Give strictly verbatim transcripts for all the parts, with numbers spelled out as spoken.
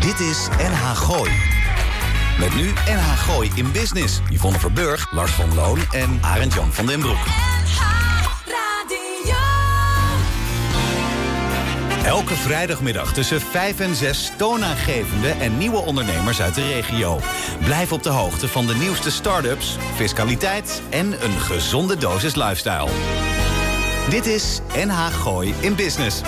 Dit is N H Gooi. Met nu N H Gooi in Business. Yvonne Verburg, Lars van Loon en Arend Jan van den Broek. Elke vrijdagmiddag tussen vijf en zes toonaangevende en nieuwe ondernemers uit de regio. Blijf op de hoogte van de nieuwste start-ups, fiscaliteit en een gezonde dosis lifestyle. Dit is N H Gooi in Business.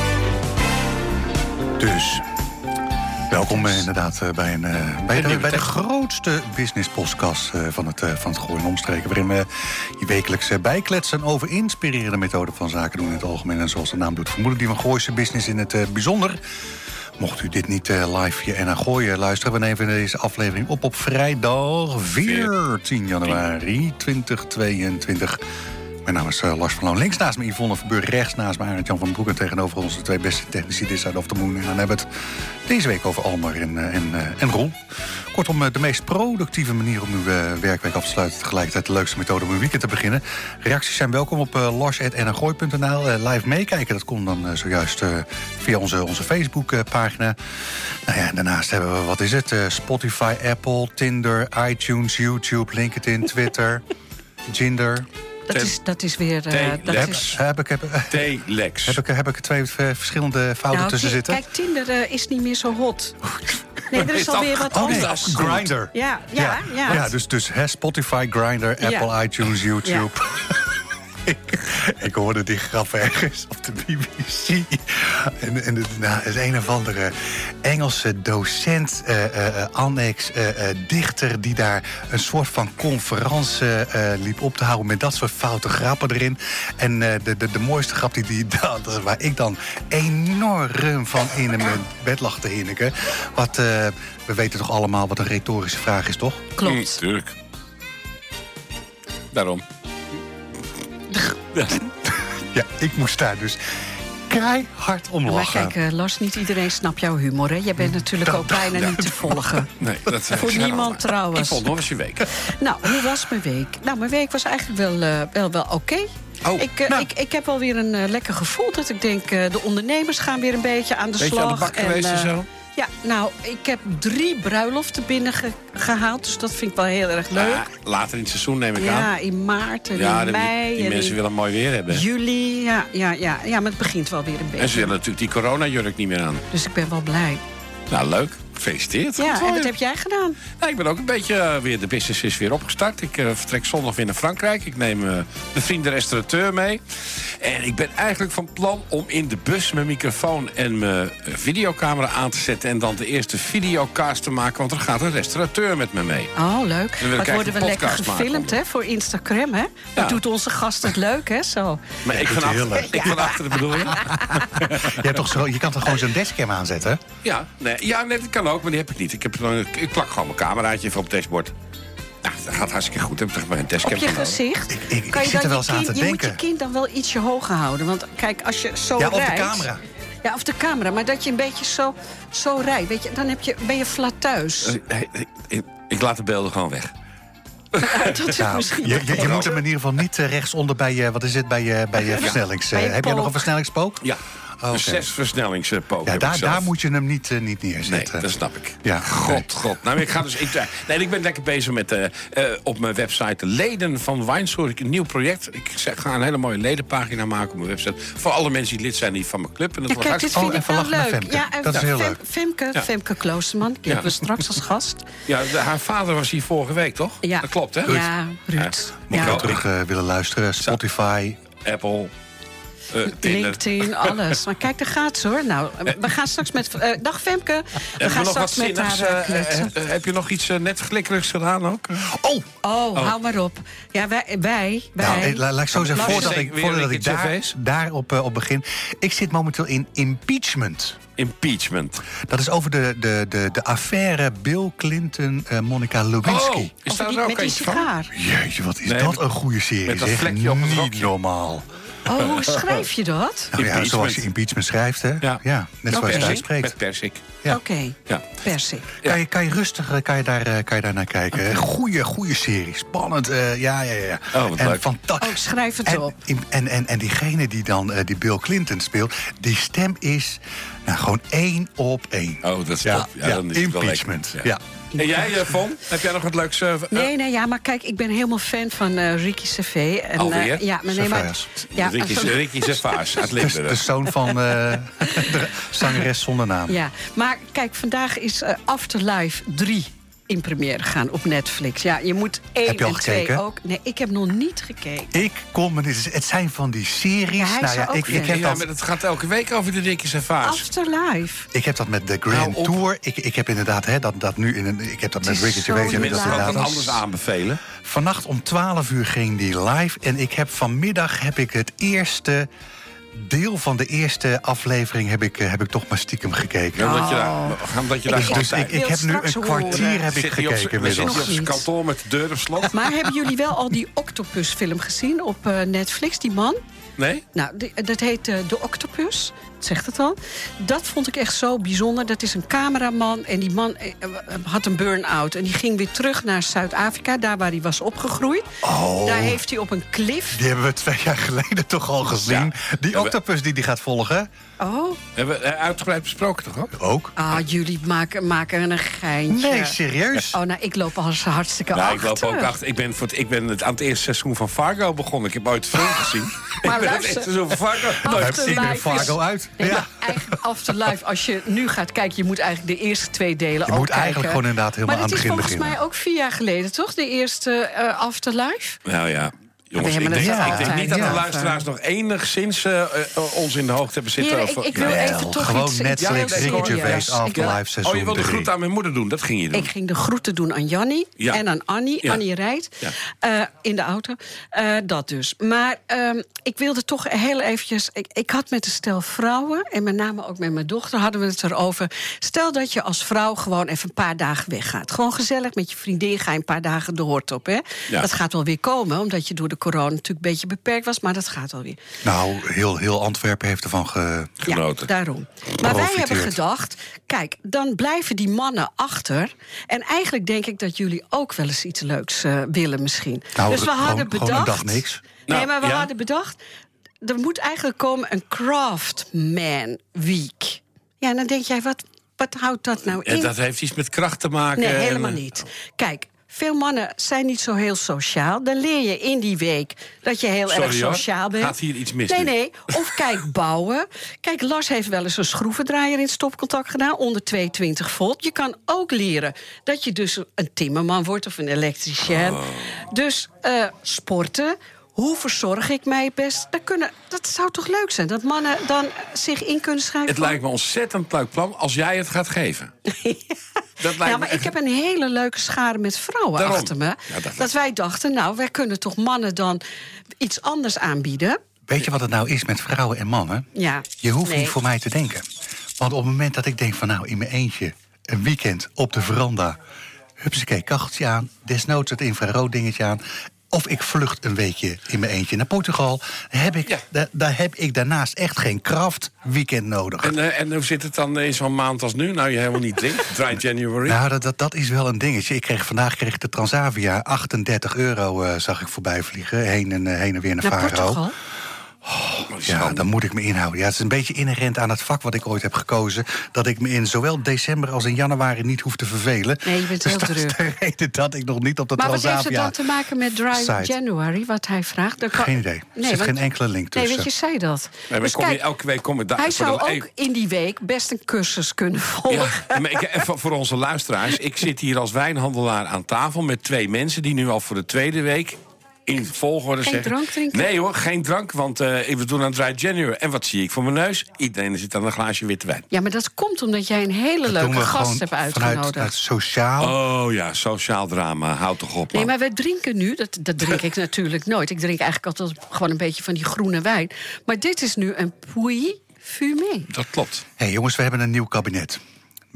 Dus, welkom uh, inderdaad uh, bij, een, uh, bij, de, bij de grootste business podcast uh, van het, uh, van het Gooi en Omstreken. Waarin we je wekelijks uh, bijkletsen over inspirerende methoden van zaken doen in het algemeen. En zoals de naam doet vermoeden, die van Gooise business in het uh, bijzonder. Mocht u dit niet uh, live via N H Gooi uh, luisteren, we nemen deze aflevering op op vrijdag veertien januari tweeduizend tweeëntwintig. Mijn naam is uh, Lars van Loon. Links naast me Yvonne Verburg, rechts naast me Arend Jan van den Broek. En tegenover onze twee beste technici, This Side of the Moon. En dan hebben we het deze week over Almar en, uh, en, uh, en Roel. Kortom, uh, de meest productieve manier om uw uh, werkweek af te sluiten. Tegelijkertijd de leukste methode om uw weekend te beginnen. Reacties zijn welkom op uh, lars at n h gooi punt n l. Uh, live meekijken, dat komt dan uh, zojuist uh, via onze, onze Facebook-pagina. Nou ja, en daarnaast hebben we, wat is het? Uh, Spotify, Apple, Tinder, iTunes, YouTube, LinkedIn, Twitter, Ginder. Dat is, dat is weer... Uh, dat is... Heb ik, heb, T-Lex. Heb ik, heb ik twee verschillende fouten nou, tussen zitten? Kijk, Tinder uh, is niet meer zo hot. Nee, er is alweer wat oh, anders. Nee, Grindr. Ja, ja, ja. ja. ja dus, dus hè, Spotify, Grindr, Apple, ja. iTunes, YouTube. Ja. Ik, ik hoorde die grap ergens op de B B C. En, en nou, het een of andere Engelse docent, uh, uh, annex, uh, uh, dichter... die daar een soort van conferentie uh, liep op te houden... met dat soort foute grappen erin. En uh, de, de, de mooiste grap die, die dat, waar ik dan enorm van in mijn bed lag te hinniken. Wat, uh, we weten toch allemaal wat een retorische vraag is, toch? Klopt. Mm, tuurlijk. Daarom. Ja, ik moest daar dus keihard om lachen. Maar kijk, uh, Lars, niet iedereen snapt jouw humor, hè? Jij bent natuurlijk ook bijna niet te volgen. Nee, dat voor niemand trouwens. Ik vond nog eens je week. Nou, hoe was mijn week? Nou, mijn week was eigenlijk wel, uh, wel, wel oké. Okay. Oh, ik, uh, nou. ik, ik heb alweer een uh, lekker gevoel. Dat ik denk, uh, de ondernemers gaan weer een beetje aan de beetje slag. Beetje aan de bak en, geweest en uh, zo? Ja, nou, ik heb drie bruiloften binnengehaald. Dus dat vind ik wel heel erg leuk. Ja, later in het seizoen neem ik ja, aan. Ja, in maart en ja, in die, mei. Die en mensen in willen mooi weer hebben. Juli, ja, ja, ja, ja, maar het begint wel weer een beetje. En ze willen natuurlijk die coronajurk niet meer aan. Dus ik ben wel blij. Nou, leuk. Gefeliciteerd. Ja, en wat heb jij gedaan? Nou, ik ben ook een beetje uh, weer... De business is weer opgestart. Ik uh, vertrek zondag weer naar Frankrijk. Ik neem uh, mijn vriend de restaurateur mee. En ik ben eigenlijk van plan om in de bus mijn microfoon en mijn videocamera aan te zetten... en dan de eerste videocast te maken, want er gaat een restaurateur met me mee. Oh, leuk. Maar worden we lekker gefilmd, hè, voor Instagram, hè? Dat ja. doet onze gast het leuk, hè, zo. Maar ik van achter, ik van achteren bedoel je? je, hebt toch zo, je kan toch gewoon zo'n dashcam aanzetten? Ja, nee, ja, nee, dat kan ook, maar die heb ik niet. Ik, heb, ik plak gewoon mijn cameraatje even op het dashboard. Nou, dat gaat hartstikke goed. Ik heb toch maar een dashcam op je gezicht? Ik, ik, ik kan je zit er wel eens aan te denken. Je moet je kind dan wel ietsje hoger houden. Want kijk, als je zo ja, rijdt... Ja, op de camera. Ja, of de camera. Maar dat je een beetje zo, zo rijdt. Weet je, dan heb je, ben je flat thuis. Ik, ik, ik, ik laat de beelden gewoon weg. Ja, dat is nou, misschien je, je, je moet hem in ieder geval niet uh, rechtsonder bij je... Wat is het? Bij je, bij je ja, versnellings... Uh, heb je nog een versnellingspook? Ja. Oh, okay. Dus zes versnellingspoken. Ja, daar, daar moet je hem niet, uh, niet neerzetten. Nee, dat snap ik. Ja, god, nee. god. Nou, ik ga dus. Ik, nee, ik ben lekker bezig met uh, uh, op mijn website de leden van Wijnsoork. Een nieuw project. Ik zeg, ga een hele mooie ledenpagina maken op mijn website. Voor alle mensen die lid zijn die van mijn club. En dat ja, wordt kijk, dit vind oh, ik nou leuk. Femke. Ja, en dat is heel Fem, leuk. Femke, ja. Femke Kloosterman. Die ja. hebben we straks als gast. Ja, de, haar vader was hier vorige week, toch? Ja. Dat klopt, hè? Ruud. Ja, Ruud. Mocht je ja. ook terug uh, willen luisteren, Spotify, Apple... Uh, LinkedIn, alles. Maar kijk, daar gaat ze, hoor. Nou, we gaan straks met... Uh, dag Femke. We heb gaan nog straks wat met zinnigs, haar... Uh, uh, uh, heb je nog iets uh, net glikkerigs gedaan ook? Oh! Oh, oh. hou maar op. Ja, wij... wij, wij nou, laat ik zo zeggen, voordat ik, voordat ik daar, daarop uh, op begin... Ik zit momenteel in impeachment. Impeachment. Dat is over de, de, de, de affaire Bill Clinton, uh, Monica Lewinsky. Oh, is daar die, ook met die sigaar. Jeetje, wat is nee, dat een goede serie, met dat zeg. vlekje op het Niet rokje. normaal. Oh, hoe schrijf je dat? Nou ja, zoals je impeachment schrijft, hè? Ja. Ja, net zoals je het uitspreekt. Met persik. Ja. Oké, okay. Ja. persik. Ja. Kan, je, kan je rustig eh, kan je daar, eh, kan je daar naar kijken. Okay. Goeie, goeie serie. Spannend. Uh, ja, ja, ja. Oh, wat en leuk. fantastisch. Oh, schrijf het en, op. En, en, en, en diegene die dan uh, die Bill Clinton speelt, die stem is nou, gewoon één op één. Oh, dat is ja, top. Ja, ja, dan is het wel impeachment. lekker. Ja. Ja. En jij, uh, Von? Heb jij nog wat leuks? Uh, Nee, nee, ja, maar kijk, ik ben helemaal fan van uh, Ricky Gervais. En, Alweer? Uh, ja, maar nee, maar, ja, Ricky, Ricky Gervais uit de, de zoon van uh, de zangeres zonder naam. Ja, maar kijk, vandaag is uh, Afterlife drie in première gaan op Netflix. Ja, je moet één heb je al en twee gekeken? ook. Nee, ik heb nog niet gekeken. Ik kom me niet. Het zijn van die series. Ja, hij nou zou ja, ook ik, ik fan. heb ja, dat. maar het gaat elke week over de Ricky Gervais. Afterlife. Ik heb dat met de Grand Nou, op. Tour. Ik, ik heb inderdaad hè, dat, dat nu in een. Ik heb dat Het met is Ricky zo Gervais. heb ik dat laat. Mensen gaan inderdaad. het anders aanbevelen. Vannacht om twaalf uur ging die live. En ik heb vanmiddag heb ik het eerste deel van de eerste aflevering heb ik, heb ik toch maar stiekem gekeken. Ja, omdat je Oh. daar, omdat je daar Ik- gewoon Dus ik, tijd- ik heb nu een straks kwartier horen. heb ik Zit hij op gekeken z'n- zit hij inmiddels. op zijn Nog niet. kantoor met de deur op slot? Maar hebben jullie wel al die Octopus-film gezien op uh, Netflix, die man? Nee? Nou, die- dat heet uh, De Octopus, dat zegt het al. Dat vond ik echt zo bijzonder. Dat is een cameraman en die man eh, had een burn-out. En die ging weer terug naar Zuid-Afrika, daar waar hij was opgegroeid. Oh. Daar heeft hij op een klif... Die hebben we twee jaar geleden toch al gezien. Ja. Die octopus die die gaat volgen. Oh, Hebben we uh, uitgebreid besproken toch ook? Ook. ah, jullie maken, maken een geintje. Nee, serieus. Oh, nou, ik loop al zo hartstikke Nou, achter. ik loop ook achter. Ik ben, voor het, ik ben het, aan het eerste seizoen van Fargo begonnen. Ik heb ooit de film gezien. Maar ik ben het luister. eerste seizoen van Fargo nooit After- gezien. Ik ben Live Fargo is- uit. Nee, Ja. maar eigenlijk Afterlife, als je nu gaat kijken... je moet eigenlijk de eerste twee delen Je ook moet kijken. eigenlijk gewoon inderdaad helemaal maar aan het het is begin volgens beginnen. mij ook vier jaar geleden, toch? De eerste uh, Afterlife? Nou ja. Jongens, We ik hebben denk, het er ik denk altijd niet dat de over. luisteraars nog enigszins uh, uh, ons in de hoogte hebben zitten Heren, over... ik, ik wil Nee, even toch gewoon iets... Netflix, iets heel Ricky serieus. Gervais, Ik- Afterlife seizoen Oh, je wilde drie. groet aan mijn moeder doen. Dat ging je doen. Ik ging de groeten doen aan Jannie Ja. en aan Annie. Ja. Annie rijdt Ja. uh, in de auto. Uh, dat dus. Maar um, ik wilde toch heel eventjes... Ik, ik had met een stel vrouwen, en met name ook met mijn dochter... hadden we het erover. Stel dat je als vrouw gewoon even een paar dagen weggaat. Gewoon gezellig met je vriendin ga je een paar dagen de hoort op. Hè? Ja. Dat gaat wel weer komen, omdat je door de corona natuurlijk een beetje beperkt was. Maar dat gaat alweer. Nou, heel, heel Antwerpen heeft ervan ge... Genoten. Ja, daarom. Maar wij Profiteert. hebben gedacht, kijk, dan blijven die mannen achter. En eigenlijk denk ik dat jullie ook wel eens iets leuks uh, willen misschien. Nou, dus we gewoon- hadden bedacht... gewoon een dag niks. Nee, Nou, maar we ja. hadden bedacht... er moet eigenlijk komen een Craftman Week. Ja, en dan denk jij, wat, wat houdt dat nou in? En dat heeft iets met kracht te maken. Nee, en, helemaal uh, niet. Kijk, veel mannen zijn niet zo heel sociaal. Dan leer je in die week dat je heel Sorry, erg hoor. sociaal bent. Gaat hier iets mis Nee, nu? nee. Of kijk, bouwen. Kijk, Lars heeft wel eens een schroevendraaier in stopcontact gedaan... onder tweehonderdtwintig volt. Je kan ook leren dat je dus een timmerman wordt of een elektricien. Oh. Dus uh, sporten... Hoe verzorg ik mij best? Dat, kunnen, dat zou toch leuk zijn? Dat mannen dan zich in kunnen schrijven? Het lijkt me ontzettend leuk plan als jij het gaat geven. Dat lijkt Ja, me maar echt- ik heb een hele leuke schare met vrouwen Daarom. achter me. Ja, dat, dat- wij dachten, nou, wij kunnen toch mannen dan iets anders aanbieden? Weet je wat het nou is met vrouwen en mannen? Ja. Je hoeft Nee. niet voor mij te denken. Want op het moment dat ik denk van nou, in mijn eentje... een weekend op de veranda... hupsakee, kacheltje aan... desnoods het infrarood dingetje aan... of ik vlucht een weekje in mijn eentje naar Portugal... heb ik, Ja. da- daar heb ik daarnaast echt geen krachtweekend nodig. En, uh, en hoe zit het dan in zo'n maand als nu? Nou, je helemaal niet drinkt. Dry January. Nou, dat, dat, dat is wel een dingetje. Ik kreeg, vandaag kreeg ik de Transavia scheidendertig euro uh, zag ik voorbij vliegen. Heen en, uh, heen en weer naar, Naar Faro. Portugal? Ja, dan moet ik me inhouden. Ja, het is een beetje inherent aan het vak wat ik ooit heb gekozen. Dat ik me in zowel december als in januari niet hoef te vervelen. Nee, je bent dus heel dat is druk. de reden dat ik nog niet op de Maar wat heeft het Transavia... dan te maken met Dry site. January, wat hij vraagt? Daar kan- Geen idee. Er Nee, zit want- geen enkele link Nee, tussen. weet je, zei dat. Nee, maar Dus kom je kijk, elke week kom ik daar. hij voor zou de- ook in die week best een cursus kunnen volgen. Ja, maar ik, even voor onze luisteraars. Ik zit hier als wijnhandelaar aan tafel met twee mensen die nu al voor de tweede week in volgorde Geen zeggen... drank drinken? Nee hoor, geen drank, want uh, we doen aan Dry January. En wat zie ik voor mijn neus? Iedereen zit aan een glaasje witte wijn. Ja, maar dat komt omdat jij een hele Dat doen leuke we gast gewoon hebt vanuit, uitgenodigd. vanuit sociaal. Oh ja, sociaal drama, houd toch op, man. Nee, maar wij drinken nu, dat, dat drink ik natuurlijk nooit. Ik drink eigenlijk altijd gewoon een beetje van die groene wijn. Maar dit is nu een Puy Fumé. Dat klopt. Hé hey, jongens, we hebben een nieuw kabinet. We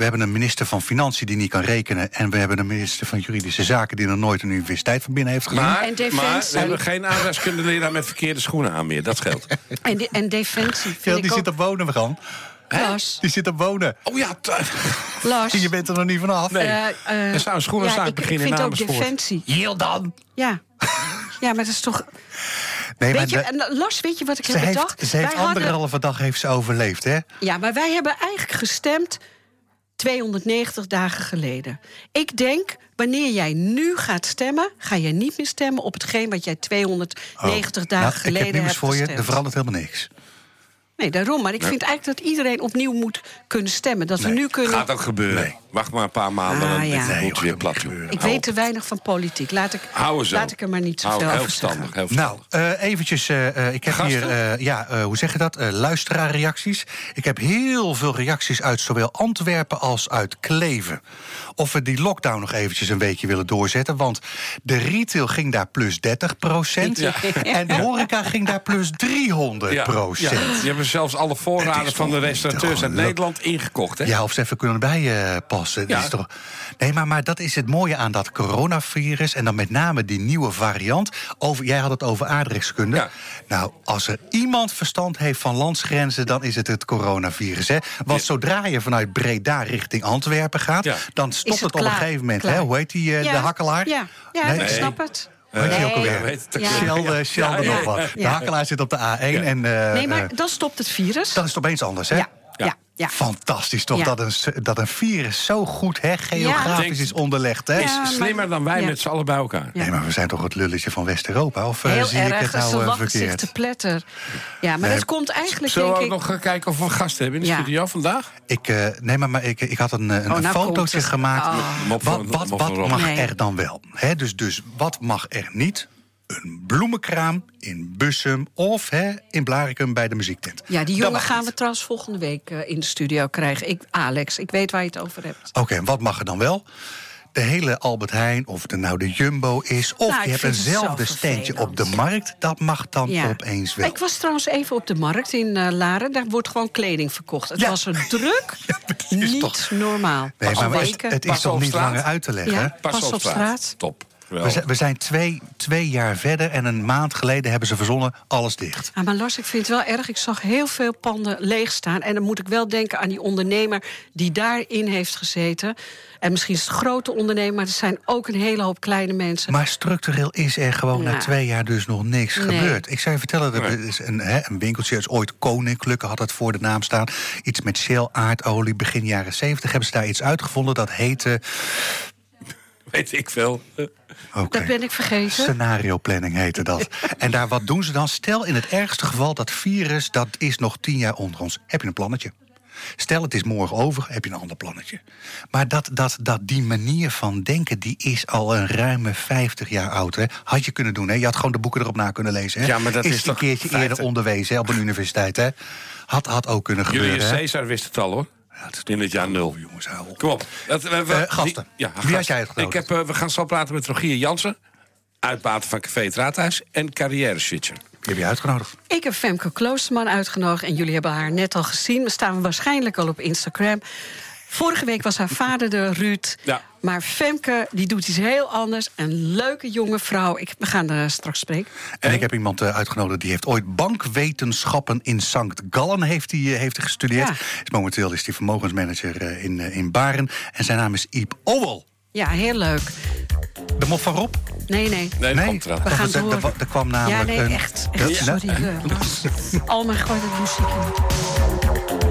We hebben een minister van Financiën die niet kan rekenen. En we hebben een minister van Juridische Zaken die nog nooit een universiteit van binnen heeft gedaan. Maar, En defensie. maar we hebben geen aardrijkskundeleraar met verkeerde schoenen aan meer. Dat scheelt. En, de, en defensie vind Ja, ik die ook... zit op wonen, we gaan. Lars, Die zit op wonen. Oh ja, t- Lars. Je bent er nog niet vanaf. nee. eh, eh, er zou een schoenenzaak ja, ik, ik beginnen in vind ook Amersfoort. defensie. Hier dan. Ja. Ja, maar dat is toch... Nee, maar Weet je, de- en, Lars, weet je wat ik ze heb heeft, bedacht? ze heeft Wij hadden- anderhalve dag heeft ze overleefd, hè? Ja, maar wij hebben eigenlijk gestemd tweehonderdnegentig dagen geleden. Ik denk, wanneer jij nu gaat stemmen, ga je niet meer stemmen op hetgeen wat jij tweehonderdnegentig dagen Nou, geleden ik heb nieuws hebt voor je, gestemd. er verandert helemaal niks. Nee, daarom. Maar ik vind eigenlijk dat iedereen opnieuw moet kunnen stemmen. Dat we nu kunnen... Gaat ook gebeuren. Nee. Wacht maar een paar maanden, Ah, dan ja. is het Nee, boeltje hoor, weer dat plat. moet joh. gebeuren. Ik Hou weet te weinig van politiek. Laat ik, Hou er zo. laat ik er maar niet Hou, zoveel heel over zeggen. verstandig, heel Nou, verstandig. uh, eventjes, uh, uh, ik heb Gasten? hier, uh, ja, uh, hoe zeg je dat, uh, luisteraarreacties. Ik heb heel veel reacties uit zowel Antwerpen als uit Kleven. Of we die lockdown nog eventjes een weekje willen doorzetten. Want de retail ging daar plus dertig procent. Ja. En de horeca ging daar plus driehonderd procent. Ja, ja. Die hebben zelfs alle Het voorraden is van de toch restaurateurs uit ongelooflijk. Nederland ingekocht. Hè? Ja, of ze even kunnen bijpassen. Ja. Is toch... Nee, maar, maar dat is het mooie aan dat coronavirus. En dan met name die nieuwe variant. Over, jij had het over aardrijkskunde. Ja. Nou, als er iemand verstand heeft van landsgrenzen, dan is het het coronavirus. Hè? Want Ja. zodra je vanuit Breda richting Antwerpen gaat, Ja. dan stopt Is het, het op een klaar? gegeven moment. Klaar. Hè? Hoe heet die, uh, Ja. de hakkelaar? Ja, ja Nee. ik snap het. Hoe heet die ook Nee. alweer? Ja, weet het ook Ja. weer. Shell, uh, Shell Ja, er ja, nog wat. ja. De hakkelaar zit op de A één. Ja. En, uh, Nee, maar uh, dan stopt het virus. dan is het opeens anders, hè? Ja, ja, Ja. ja. Fantastisch toch, Ja. dat, een, dat een virus zo goed hè, geografisch Ja. is onderlegd. Hè? Ja. Is maar- slimmer dan wij ja. met z'n allen bij elkaar. Ja. Nee, maar we zijn toch het lulletje van West-Europa? Of uh, Heel zie ik erg, het ze nou uh, lachen zich verkeerd? te pletter. Ja, maar Nee. dat komt eigenlijk, Zullen we denk ook ik... nog uh, kijken of we gasten hebben in de Ja. studio vandaag? Ik, uh, nee, maar, maar ik, ik had een, een, Oh, een nou komt fotootje het. gemaakt. Oh. Mop Wat, van- wat, mop wat van Rob. mag Nee. er dan wel? Hè, dus, dus wat mag er niet? Een bloemenkraam in Bussum of hè, in Blaricum bij de muziektent. Ja, die Dat jongen mag gaan niet. we trouwens volgende week uh, in de studio krijgen. Ik, Alex, ik weet waar je het over hebt. Oké, en wat mag er dan wel? De hele Albert Heijn, of het nou de Jumbo is... of Nou, ik je hebt vind het eenzelfde zo standje op de vervelend. markt... dat mag dan Ja. opeens wel. Ik was trouwens even op de markt in uh, Laren. Daar wordt gewoon kleding verkocht. Het Ja. was er druk. het is Niet toch- normaal. Nee, Al maar het, weken. het is Pas toch op niet straat? langer uit te leggen? Ja. hè? Pas op straat. Top. We Geweldig. zijn, we zijn twee, twee jaar verder en een maand geleden hebben ze verzonnen alles dicht. Ah, maar Lars, ik vind het wel erg. Ik zag heel veel panden leeg staan. En dan moet ik wel denken aan die ondernemer die daarin heeft gezeten. En misschien is het een grote ondernemer, maar er zijn ook een hele hoop kleine mensen. Maar structureel is er gewoon na Nou. twee jaar dus nog niks Nee. gebeurd. Ik zou je vertellen, er Nee. is een, hè, een winkeltje, is ooit Koninklijke, had het voor de naam staan. Iets met Shell, aardolie, begin jaren zeventig hebben ze daar iets uitgevonden. Dat heette... Weet ik veel. oké, Dat ben ik vergeten. Scenario planning heette dat. En daar, wat doen ze dan? Stel in het ergste geval, dat virus, dat is nog tien jaar onder ons. Heb je een plannetje? Stel, het is morgen over, heb je een ander plannetje. Maar dat, dat, dat die manier van denken, die is al een ruime vijftig jaar oud. Hè? Had je kunnen doen, hè? Je had gewoon de boeken erop na kunnen lezen. Hè? Ja, maar dat is een toch keertje feiten? eerder onderwezen hè, op een universiteit. Hè? Had, had ook kunnen gebeuren. Julius hè? Caesar wist het al, hoor. Ja, het is In het jaar nul. Oh, jongens, hou op. Kom op. Dat, we, we- Eh, gasten. die- ja, Wie gast. had jij uitgenodigd? Ik heb, uh, we gaan zo praten met Rogier Jansen, uitbater van Café het Raadhuis en carrière switcher. Wie heb je uitgenodigd? Ik heb Femke Kloosterman uitgenodigd en jullie hebben haar net al gezien. We staan waarschijnlijk al op Instagram. Vorige week was haar vader er, Ruud. Ja. Maar Femke, die doet iets heel anders. Een leuke jonge vrouw. Ik, we gaan er straks spreken. En ik heb iemand uh, uitgenodigd die heeft ooit bankwetenschappen in Sankt Gallen heeft hij, uh, heeft hij gestudeerd. Ja. Is momenteel is hij vermogensmanager uh, in, uh, in Baren. En zijn naam is Iep Owel. Ja, heel leuk. De mop van Rob? Nee, nee. Nee, dat komt eraan. We gaan er, er, door. er, er kwam namelijk Ja, nee, een... echt. echt Ja, sorry. nou, eh, Lars. Alma, gooi dat muziek in.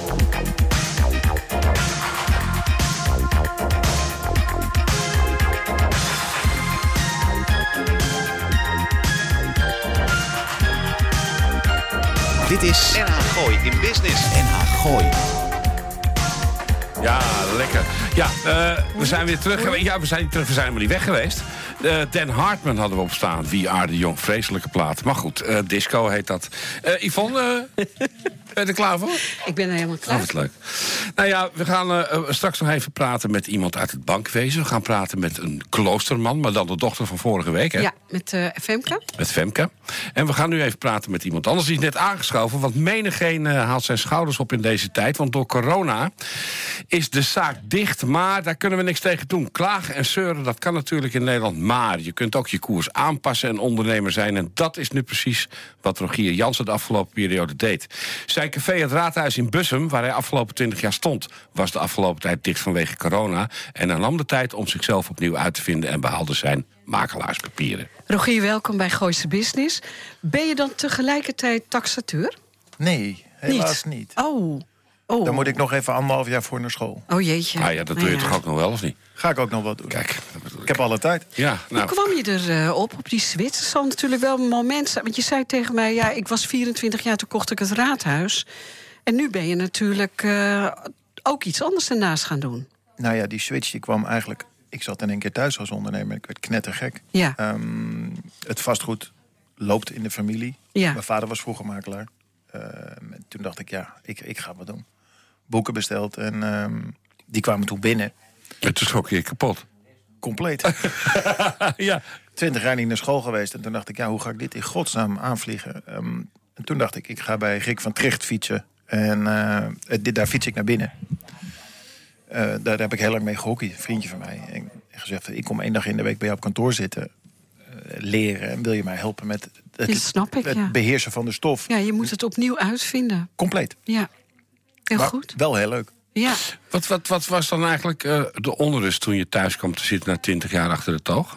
Dit is N H Gooi in Business. N H Gooi. Ja, lekker. Ja, uh, we zijn weer terug. Ja, we zijn niet terug. We zijn helemaal niet weg geweest. Uh, Dan Hartman hadden we op staan. Wie Are de Jong. Vreselijke plaat. Maar goed, uh, disco heet dat. Uh, Yvonne... Uh, Ben je er klaar voor? Ik ben er helemaal klaar. Oh, wat leuk. Nou ja, we gaan uh, straks nog even praten met iemand uit het bankwezen. We gaan praten met een kloosterman, maar dan de dochter van vorige week, hè? Ja, met uh, Femke. Met Femke. En we gaan nu even praten met iemand anders. Die is net aangeschoven, want menigeen uh, haalt zijn schouders op in deze tijd. Want door corona is de zaak dicht, maar daar kunnen we niks tegen doen. Klagen en zeuren, dat kan natuurlijk in Nederland. Maar je kunt ook je koers aanpassen en ondernemer zijn. En dat is nu precies wat Rogier Jansen de afgelopen periode deed. Zijn café Het Raadhuis in Bussum, waar hij afgelopen twintig jaar stond, was de afgelopen tijd dicht vanwege corona. En hij nam de tijd om zichzelf opnieuw uit te vinden en behaalde zijn makelaarspapieren. Rogier, welkom bij Gooise Business. Ben je dan tegelijkertijd taxateur? Nee, helaas niet. niet. Oh. oh. Dan moet ik nog even anderhalf jaar voor naar school. Oh jeetje. Ah ja, dat doe je nou, toch ook nog wel, of niet? Ga ik ook nog wat doen. Kijk, dat bedoel ik. ik. heb alle tijd. Ja, nou. Hoe kwam je er uh, op, op die switch? Het zal natuurlijk wel een moment zijn. Want je zei tegen mij, ja, ik was vierentwintig jaar, toen kocht ik het Raadhuis. En nu ben je natuurlijk uh, ook iets anders ernaast gaan doen. Nou ja, die switch die kwam eigenlijk... Ik zat in één keer thuis als ondernemer. Ik werd knettergek. Ja. Um, het vastgoed loopt in de familie. Ja. Mijn vader was vroeger makelaar. Uh, toen dacht ik, ja, ik, ik ga wat doen. Boeken besteld en um, die kwamen toen binnen. Het is ook weer kapot. Compleet. Ja. Twintig jaar niet naar school geweest. En toen dacht ik, ja, hoe ga ik dit in godsnaam aanvliegen? Um, en toen dacht ik, ik ga bij Rick van Tricht fietsen. En uh, dit, daar fiets ik naar binnen. Uh, daar heb ik heel lang mee gehockeyd, een vriendje van mij. En gezegd, ik kom één dag in de week bij jou op kantoor zitten. Uh, leren. En wil je mij helpen met het, Dat snap ik, het ja. beheersen van de stof? Ja, je moet het opnieuw uitvinden. Compleet. Ja, heel maar goed. Wel heel leuk. Ja. Wat, wat, wat was dan eigenlijk uh, de onrust toen je thuis kwam te zitten na twintig jaar achter de toog?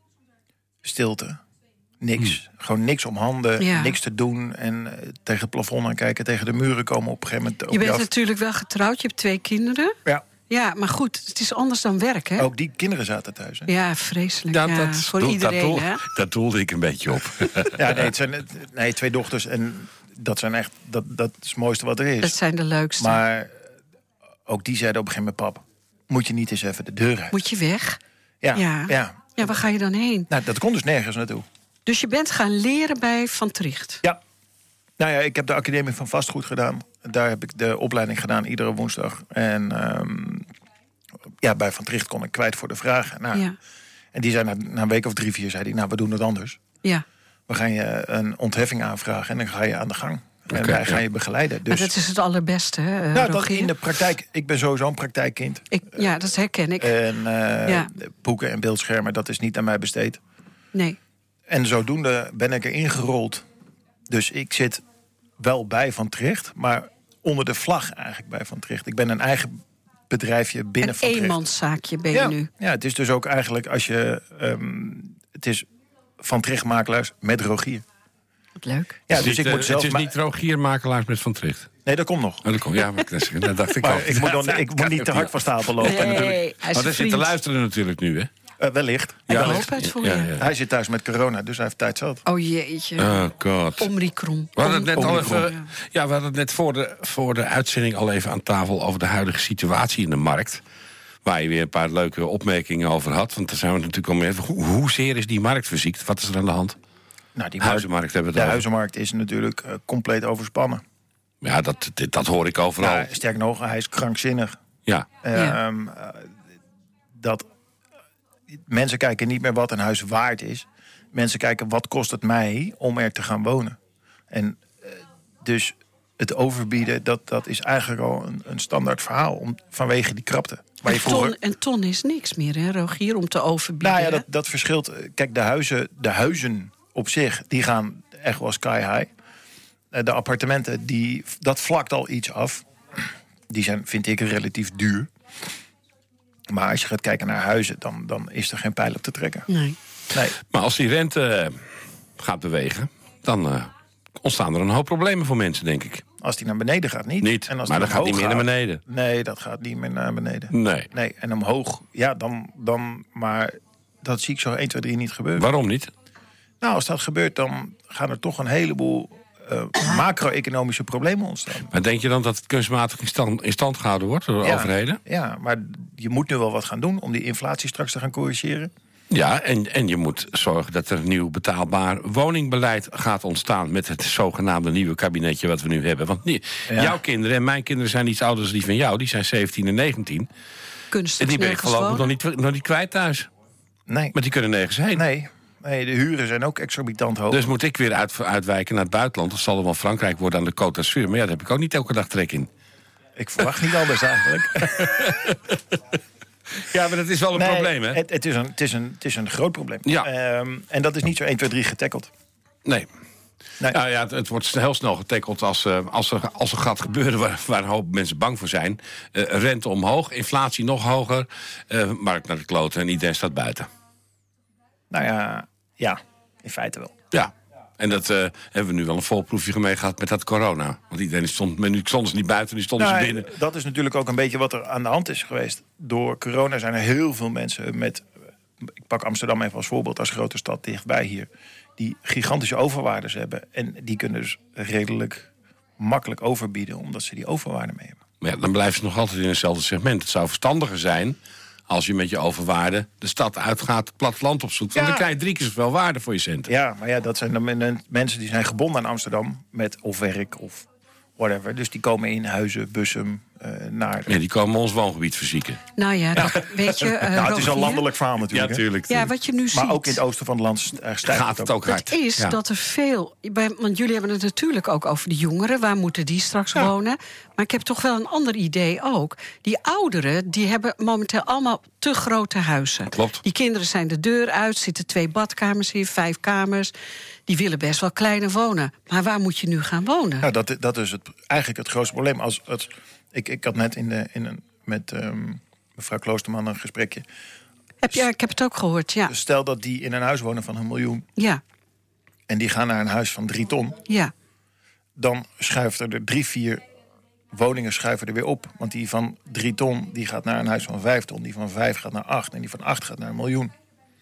Stilte. Niks. Hmm. Gewoon niks om handen, ja. niks te doen. En uh, tegen het plafond aan kijken, tegen de muren komen op een gegeven moment. Je bent je natuurlijk wel getrouwd, je hebt twee kinderen. Ja. Ja, maar goed, het is anders dan werk, hè? Ook die kinderen zaten thuis, hè? Ja, vreselijk. Ja, ja, dat, voor doel, iedereen, dat doel, hè? Dat doelde ik een beetje op. Ja, nee, het zijn nee, twee dochters en dat zijn echt dat, dat is het mooiste wat er is. Dat zijn de leukste. Maar ook die zeiden op een gegeven moment, pap, moet je niet eens even de deur uit? Moet je weg? Ja, ja. ja. Ja, waar ga je dan heen? Nou, dat kon dus nergens naartoe. Dus je bent gaan leren bij Van Tricht? Ja. Nou ja, ik heb de Academie van Vastgoed gedaan. Daar heb ik de opleiding gedaan, iedere woensdag. En um, ja, bij Van Tricht kon ik kwijt voor de vragen. Nou, ja. En die zei na, na een week of drie, vier, zei die, nou, we doen het anders. Ja. We gaan je een ontheffing aanvragen en dan ga je aan de gang. En okay, wij gaan ja. je begeleiden. Dus, maar dat is het allerbeste, hè, uh, nou, dat in de praktijk. Ik ben sowieso een praktijkkind. Ik, ja, dat herken ik. En uh, ja. boeken en beeldschermen, dat is niet aan mij besteed. Nee. En zodoende ben ik erin gerold. Dus ik zit wel bij Van Tricht, maar onder de vlag eigenlijk bij Van Tricht. Ik ben een eigen bedrijfje binnen een Van Tricht. Een eenmanszaakje ben je ja, nu. Ja, het is dus ook eigenlijk als je... Um, het is Van Tricht makelaars met Rogier. Wat leuk. Ja, dus dus het, ik moet zelf... Het is niet Rogier makelaars met Van Tricht? Nee, dat komt nog. Oh, dat komt, ja, maar ik, dat dacht ik maar al. Ik moet, dan, ik moet niet te hard van stapel lopen. Nee, natuurlijk. hij is Maar hij zit te luisteren natuurlijk nu, hè? Uh, wellicht. Ik Ja, hoop wellicht. het voor Ja, je. ja. Hij zit thuis met corona, dus hij heeft tijd zat. Oh jeetje. Oh god. Omricron. We hadden het net, al Omicron. even, ja, we hadden het net voor de, voor de uitzending al even aan tafel over de huidige situatie in de markt. Waar je weer een paar leuke opmerkingen over had. Want daar zijn we natuurlijk al mee. Hoe, hoezeer is die markt verziekt? Wat is er aan de hand? Nou, die Huizenmarkt hebben we De het over. huizenmarkt is natuurlijk uh, compleet overspannen. Ja, dat, dat, dat hoor ik overal. Ja, sterk nog, hij is krankzinnig. Ja. Uh, Ja. um, uh, dat mensen kijken niet meer wat een huis waard is. Mensen kijken wat kost het mij om er te gaan wonen. En uh, dus het overbieden, dat, dat is eigenlijk al een, een standaard verhaal om, vanwege die krapte. Waar je Een ton, vroeger... een ton is niks meer, hè, Rogier, om te overbieden. Nou ja, hè? dat, dat verschilt. Kijk, de huizen, de huizen op zich, die gaan echt wel sky high. Uh, de appartementen, die, dat vlakt al iets af. Die zijn, vind ik, relatief duur. Maar als je gaat kijken naar huizen, dan, dan is er geen pijl op te trekken. Nee. Nee. Maar als die rente uh, gaat bewegen, dan uh, ontstaan er een hoop problemen voor mensen, denk ik. Als die naar beneden gaat, niet. Niet, en als maar die dat gaat niet meer omhoog naar beneden. Nee, dat gaat niet meer naar beneden. Nee. Nee, en omhoog, ja, dan, dan... Maar dat zie ik zo één, twee, drie niet gebeuren. Waarom niet? Nou, als dat gebeurt, dan gaan er toch een heleboel uh, macro-economische problemen ontstaan. Maar denk je dan dat het kunstmatig in stand, in stand gehouden wordt door de Ja, overheden? Ja, maar je moet nu wel wat gaan doen om die inflatie straks te gaan corrigeren. Ja, en, en je moet zorgen dat er een nieuw betaalbaar woningbeleid gaat ontstaan met het zogenaamde nieuwe kabinetje wat we nu hebben. Want nie, Ja. jouw kinderen en mijn kinderen zijn iets ouder dan die van jou. Die zijn zeventien en negentien. Kunstig En die ben ik nergens geloof ik nog wonen. niet, nog niet kwijt thuis. Nee. Maar die kunnen nergens heen. Nee. nee, de huren zijn ook exorbitant hoog. Dus moet ik weer uit, uitwijken naar het buitenland. Dat zal er wel Frankrijk worden aan de Côte d'Azur. Maar ja, daar heb ik ook niet elke dag trek in. Ik verwacht niet anders eigenlijk. Ja, maar dat is wel een Nee, probleem, hè? Het, het, is een, het, is een, het is een groot probleem. Ja. Ehm, en dat is niet zo één, twee, drie getackeld. Nee. Nee. Nou ja, het, het wordt heel snel getackeld als, uh, als, er, als er gaat gebeuren waar, waar een hoop mensen bang voor zijn. Uh, rente omhoog, inflatie nog hoger, uh, markt naar de kloten en iedereen staat buiten. Nou ja, ja, in feite wel. Ja, en dat uh, hebben we nu wel een volproefje mee gehad met dat corona. Want iedereen stond, men, nu stonden ze niet buiten, nu stonden Nou, ze binnen. dat is natuurlijk ook een beetje wat er aan de hand is geweest. Door corona zijn er heel veel mensen met... Ik pak Amsterdam even als voorbeeld, als grote stad dichtbij hier... die gigantische overwaardes hebben. En die kunnen dus redelijk makkelijk overbieden... omdat ze die overwaarde mee hebben. Maar ja, dan blijven ze nog altijd in hetzelfde segment. Het zou verstandiger zijn als je met je overwaarde de stad uitgaat... het platteland opzoekt, want Ja. dan krijg je drie keer zoveel waarde voor je centen. Ja, maar ja, dat zijn dan men- mensen die zijn gebonden aan Amsterdam... met of werk of whatever. Dus die komen in Huizen, Bussum, uh, naar... Ja, die komen ons woongebied verzieken. Nou ja, dat, weet je, uh, nou, het is een Rogier, landelijk verhaal natuurlijk. hè. tuurlijk. Ja, wat je nu ziet... Maar ook in het oosten van het land st- uh, stijgt gaat het ook hard. Het is Ja. dat er veel... bij- Want jullie hebben het natuurlijk ook over de jongeren. Waar moeten die straks Ja. wonen? Maar ik heb toch wel een ander idee ook. Die ouderen, die hebben momenteel allemaal te grote huizen. Klopt. Die kinderen zijn de deur uit, zitten twee badkamers hier, vijf kamers. Die willen best wel kleiner wonen. Maar waar moet je nu gaan wonen? Nou, dat, dat is het, eigenlijk het grootste probleem. Als het, ik, ik had net in de, in een, met um, mevrouw Kloosterman een gesprekje. Heb je, ik heb het ook gehoord, ja. Stel dat die in een huis wonen van een miljoen... Ja, en die gaan naar een huis van drie ton... ja. dan schuiven er drie, vier woningen schuiven er weer op. Want die van drie ton die gaat naar een huis van vijf ton... die van vijf gaat naar acht en die van acht gaat naar een miljoen.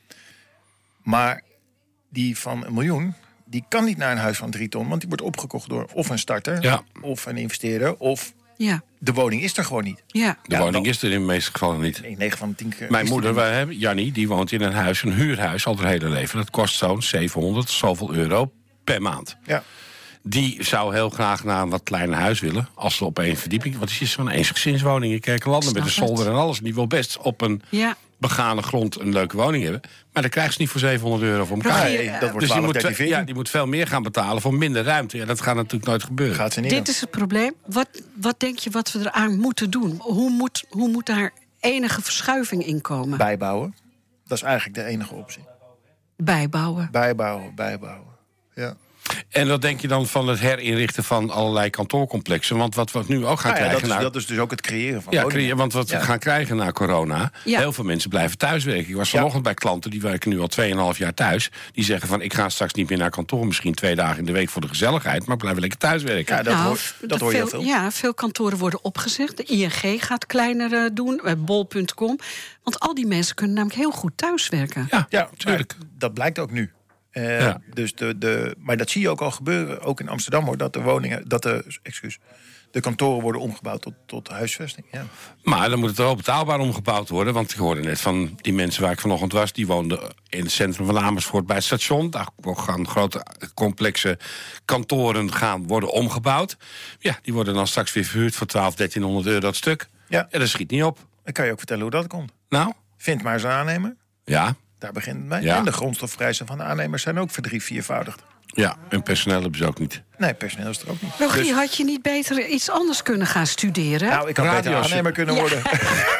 Maar die van een miljoen... die kan niet naar een huis van drie ton... want die wordt opgekocht door of een starter... Ja. of een investeerder... of Ja, de woning is er gewoon niet. ja. De Ja, woning dan- is er in de meeste gevallen niet. Nee, negen van de tien keer. Mijn is moeder, die wij hebben, Jannie, die woont in een huis, een huurhuis, al haar hele leven. Dat kost zo'n zevenhonderd, zoveel euro per maand. Ja. Die zou heel graag naar een wat kleiner huis willen. Als ze op één verdieping... Want het is zo'n eensgezinswoning in Kerkenlanden met een Snap zolder het. en alles. En die wil best op een Ja. begane grond een leuke woning hebben. Maar dan krijgt ze niet voor zevenhonderd euro voor elkaar. Rogier, Nee, dat wordt Dus die twaalf, moet, dertien, veertien. ja, die moet veel meer gaan betalen voor minder ruimte. Ja, dat gaat natuurlijk nooit gebeuren. Gaat ze niet Dit doen. is het probleem. Wat, wat denk je wat we eraan moeten doen? Hoe moet, hoe moet daar enige verschuiving in komen? Bijbouwen. Dat is eigenlijk de enige optie. Bijbouwen. Bijbouwen, bijbouwen. Ja. En wat denk je dan van het herinrichten van allerlei kantoorcomplexen? Want wat we nu ook gaan Nou ja, krijgen... dat, is, na- dat is dus ook het creëren van Ja, woningen. creë- want wat we Ja. gaan krijgen na corona... Ja. heel veel mensen blijven thuiswerken. Ik was vanochtend bij klanten, die werken nu al tweeënhalf jaar thuis. Die zeggen van, ik ga straks niet meer naar kantoor... misschien twee dagen in de week voor de gezelligheid... maar ik blijf lekker thuiswerken. Ja, dat Nou, hoor, dat de hoor je heel veel, veel. Ja, veel kantoren worden opgezegd. De I N G gaat kleiner eh, doen, bij bol punt com. Want al die mensen kunnen namelijk heel goed thuiswerken. Ja, Ja, natuurlijk. maar dat blijkt ook nu. Eh, Ja. dus de, de, maar dat zie je ook al gebeuren, ook in Amsterdam hoor, dat de woningen, dat de, excuus, de kantoren worden omgebouwd tot, tot huisvesting. Ja. Maar dan moet het wel betaalbaar omgebouwd worden. Want ik hoorde net van die mensen waar ik vanochtend was... die woonden in het centrum van Amersfoort bij het station. Daar gaan grote complexe kantoren gaan worden omgebouwd. Ja, die worden dan straks weer verhuurd voor twaalf, dertienhonderd euro dat stuk. Ja. Ja, dat schiet niet op. Dan kan je ook vertellen hoe dat komt. Nou, Vind maar eens een aannemer, ja, daar begint het mee. Ja. En de grondstofprijzen van de aannemers zijn ook verdrie, viervoudigd. ja, en personeel hebben ze ook niet. Nee, personeel is er ook niet. Rogier, Dus- had je niet beter iets anders kunnen gaan studeren? nou, ik had beter radio's- aannemer kunnen Ja. worden.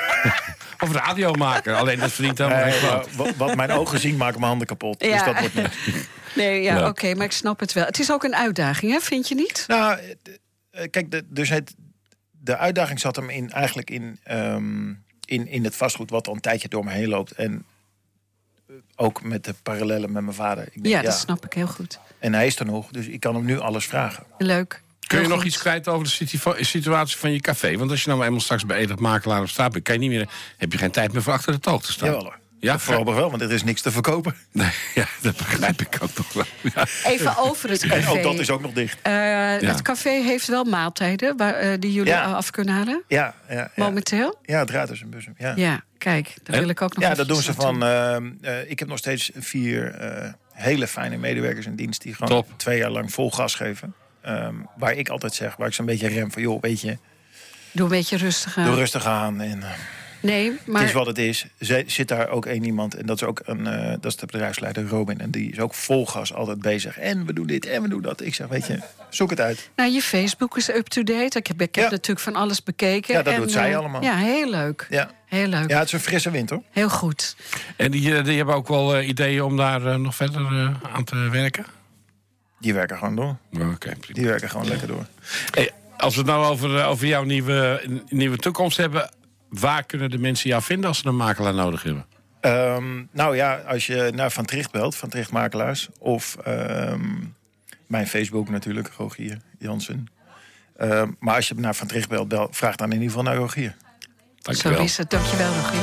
Of radiomaker, alleen dat verdient helemaal Nee, geen maar kloot. wat, wat mijn ogen zien, maken mijn handen kapot. Dus Ja. dat wordt niet. Nee, ja, Ja. oké, maar ik snap het wel. Het is ook een uitdaging, hè? Vind je niet? Nou, eh, eh, kijk, de, dus het, de uitdaging zat hem in, eigenlijk in, ehm, in, in het vastgoed... wat al een tijdje door me heen loopt. En eh, ook met de parallellen met mijn vader. Ik denk, Ja, dat snap ik heel goed. En hij is er nog, dus ik kan hem nu alles vragen. Leuk. Kun je Heel nog goed. iets kwijt over de situa- situatie van je café? Want als je nou eenmaal straks bij Enig makelaar op straat bent... kan je niet meer, heb je geen tijd meer voor achter de toog te staan. Jawel hoor. Ja, voorlopig wel, want er is niks te verkopen. Nee, ja, dat begrijp ik ook nog wel. Ja. Even over het café. En ook dat is ook nog dicht. Uh, ja. Het café heeft wel maaltijden waar, uh, die jullie ja. af kunnen halen? Ja, ja, ja. Momenteel? Ja, het Raadhuis en Bussum. Ja. ja, kijk, dat en, wil ik ook nog Ja, dat doen ze naartoe. van... Uh, uh, ik heb nog steeds vier uh, hele fijne medewerkers in dienst... die gewoon Top. twee jaar lang vol gas geven. Um, waar ik altijd zeg, waar ik zo'n beetje rem van... joh, weet je... Doe een beetje rustig aan. Doe rustig aan en... Uh, Nee, maar... Het is wat het is. Er zit daar ook één iemand. En dat is ook een, uh, dat is de bedrijfsleider Robin. En die is ook vol gas altijd bezig. En we doen dit en we doen dat. Ik zeg, weet je, zoek het uit. Nou, je Facebook is up-to-date. Ik heb, ik heb ja. natuurlijk van alles bekeken. Ja, dat en, doet zij uh, allemaal. Ja, heel leuk. Ja. Heel leuk. Ja, het is een frisse wind, hoor. Heel goed. En die, die hebben ook wel uh, ideeën om daar uh, nog verder uh, aan te werken? Die werken gewoon door. Oh, okay, die werken gewoon lekker door. Hey, als we het nou over, uh, over jouw nieuwe, nieuwe toekomst hebben... waar kunnen de mensen jou vinden als ze een makelaar nodig hebben? Um, nou ja, als je naar Van Tricht belt, Van Tricht Makelaars... of um, mijn Facebook natuurlijk, Rogier Jansen. Um, maar als je naar Van Tricht belt, bel, vraag dan in ieder geval naar Rogier. Dankjewel. Zo is het. Dankjewel, Rogier.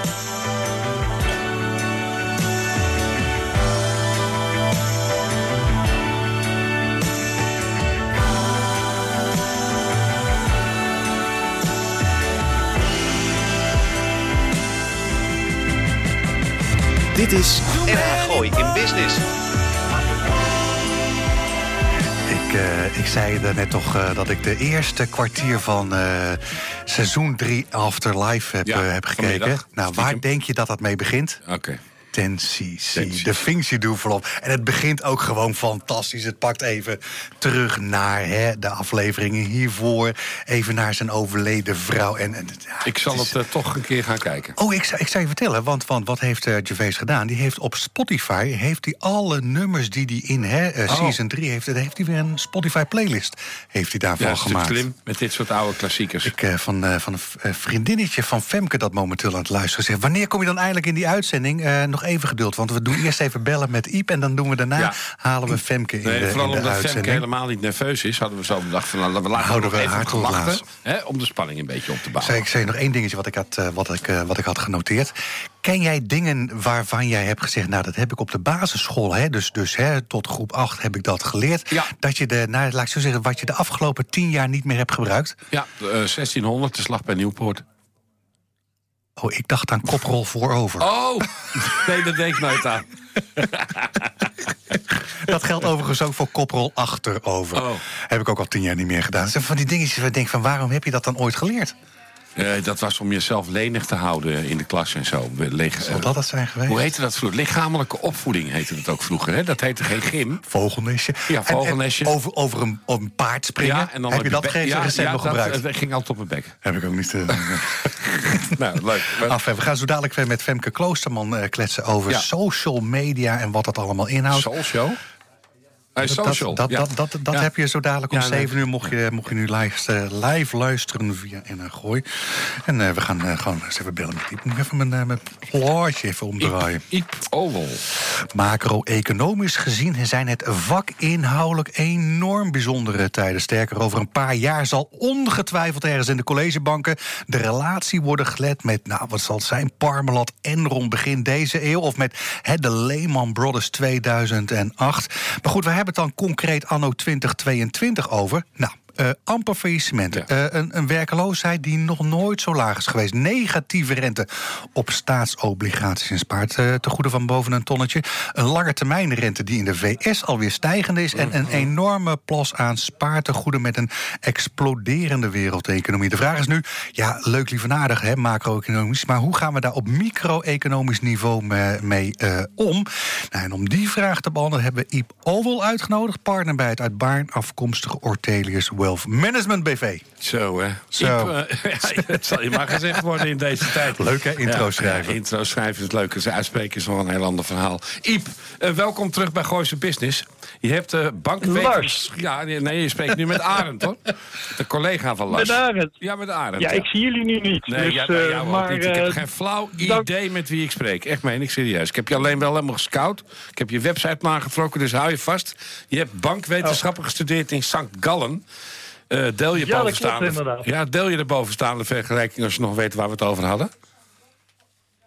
Dit is N H Gooi in Business. Ik, uh, ik zei er net toch uh, dat ik de eerste kwartier van uh, seizoen drie Afterlife heb, ja, uh, heb gekeken. Vanmiddag. Nou, waar Stiekem. denk je dat dat mee begint? Oké. Okay. ten C C, de functiedoenvelop. En het begint ook gewoon fantastisch. Het pakt even terug naar hè, de afleveringen hiervoor. Even naar zijn overleden vrouw. En, en, ja, ik zal het, is... het uh, toch een keer gaan kijken. Oh, ik, ik zou je vertellen, want, want wat heeft uh, Gervais gedaan? Die heeft op Spotify heeft die alle nummers die hij in hè, uh, oh. season drie heeft... heeft hij weer een Spotify-playlist heeft hij daarvan ja, gemaakt. Ja, slim met dit soort oude klassiekers. Ik uh, van, uh, van een vriendinnetje van Femke dat momenteel aan het luisteren zegt... wanneer kom je dan eindelijk in die uitzending? Uh, nog even geduld, want we doen eerst even bellen met Iep... en dan doen we daarna, ja. halen we Femke in nee, de, vooral in de omdat uitzending. Femke helemaal niet nerveus is... hadden we zo bedacht van, nou, we laten Houden we nog we even wachten... Hè, om de spanning een beetje op te bouwen. Zei, ik zei nog één dingetje wat ik had, uh, wat ik, uh, wat ik had genoteerd. Ken jij dingen waarvan jij hebt gezegd... nou, dat heb ik op de basisschool, hè, dus, dus hè, tot groep acht heb ik dat geleerd... Ja. dat je de, nou, laat ik zo zeggen, wat je de afgelopen tien jaar niet meer hebt gebruikt? Ja, uh, zestienhonderd, de slag bij Nieuwpoort. Oh, ik dacht aan koprol voorover. Oh, nee, dat denk ik nooit aan. Dat geldt overigens ook voor koprol achterover. Oh. Heb ik ook al tien jaar niet meer gedaan. Dat zijn van die dingetjes waar ik denk van, waarom heb je dat dan ooit geleerd? Uh, dat was om jezelf lenig te houden in de klas en zo. Leg, Zal dat het zijn geweest? Hoe heette dat vroeger? Lichamelijke opvoeding heette het ook vroeger. Hè? Dat heette geen gym. Vogelnestje. Ja, vogelnestje. En, en over, over een, op een paard springen. Ja, en dan heb je dat geen ja, recept ja, nog dat, gebruikt? Dat ging altijd op mijn bek. Heb ik ook niet. Uh... nou, leuk. Maar... Af, we gaan zo dadelijk weer met Femke Kloosterman uh, kletsen over ja. social media en wat dat allemaal inhoudt. Social? Dat, social. dat, ja. dat, dat, dat, dat ja. heb je zo dadelijk om ja, zeven nee. uur... mocht je, mocht je nu live, uh, live luisteren via N H Gooi. En uh, we gaan uh, gewoon eens even bellen met Iep. Moet ik even mijn, uh, mijn plaatje even omdraaien. Iep Oval. Macro-economisch gezien zijn het vakinhoudelijk enorm bijzondere tijden. Sterker, over een paar jaar zal ongetwijfeld ergens in de collegebanken... de relatie worden gelet met, nou, wat zal het zijn... Parmalat, Enron begin deze eeuw... of met he, de Lehman Brothers tweeduizend acht. Maar goed, we hebben het dan concreet anno twintig tweeëntwintig over. Nou, uh, amper faillissement. Ja. Uh, een, een werkeloosheid die nog nooit zo laag is geweest. Negatieve rente op staatsobligaties en spaart uh, te goede van boven een tonnetje. Een langetermijnrente die in de V S alweer stijgende is. En een enorme plas aan spaartegoeden met een exploderende wereldeconomie. De vraag is nu, ja, leuk lief en aardig, hè, macro-economisch. Maar hoe gaan we daar op micro-economisch niveau mee, mee uh, om? Nou, en om die vraag te beantwoorden hebben we Iep Oval uitgenodigd. Partner bij het uit Baarn afkomstige Ortelius Wealth Management B V. Zo, hè. Zo. Iep, uh, ja, het zal je maar gezegd worden in deze tijd. Leuk, hè? Intro ja, schrijven. Ja, intro schrijven is leuk. Dus uitspreken is nog een heel ander verhaal. Iep, uh, welkom terug bij Gooise Business. Je hebt de uh, bankwetens... Ja, nee, je spreekt nu met Arend, hoor. De collega van Lars. Met Arend? Ja, met Arend. Ja, ja. ik zie jullie nu niet. Nee, dus, ja, nee, uh, jou maar, ook niet. Ik heb uh, geen flauw dank... idee met wie ik spreek. Echt meen ik serieus. Ik heb je alleen wel helemaal gescout. Ik heb je website nagetrokken, dus hou je vast. Je hebt bankwetenschappen oh. gestudeerd in Sankt Gallen. Uh, deel je ja, bovenstaande, klopt, ja, deel je de bovenstaande vergelijking als je nog weet waar we het over hadden?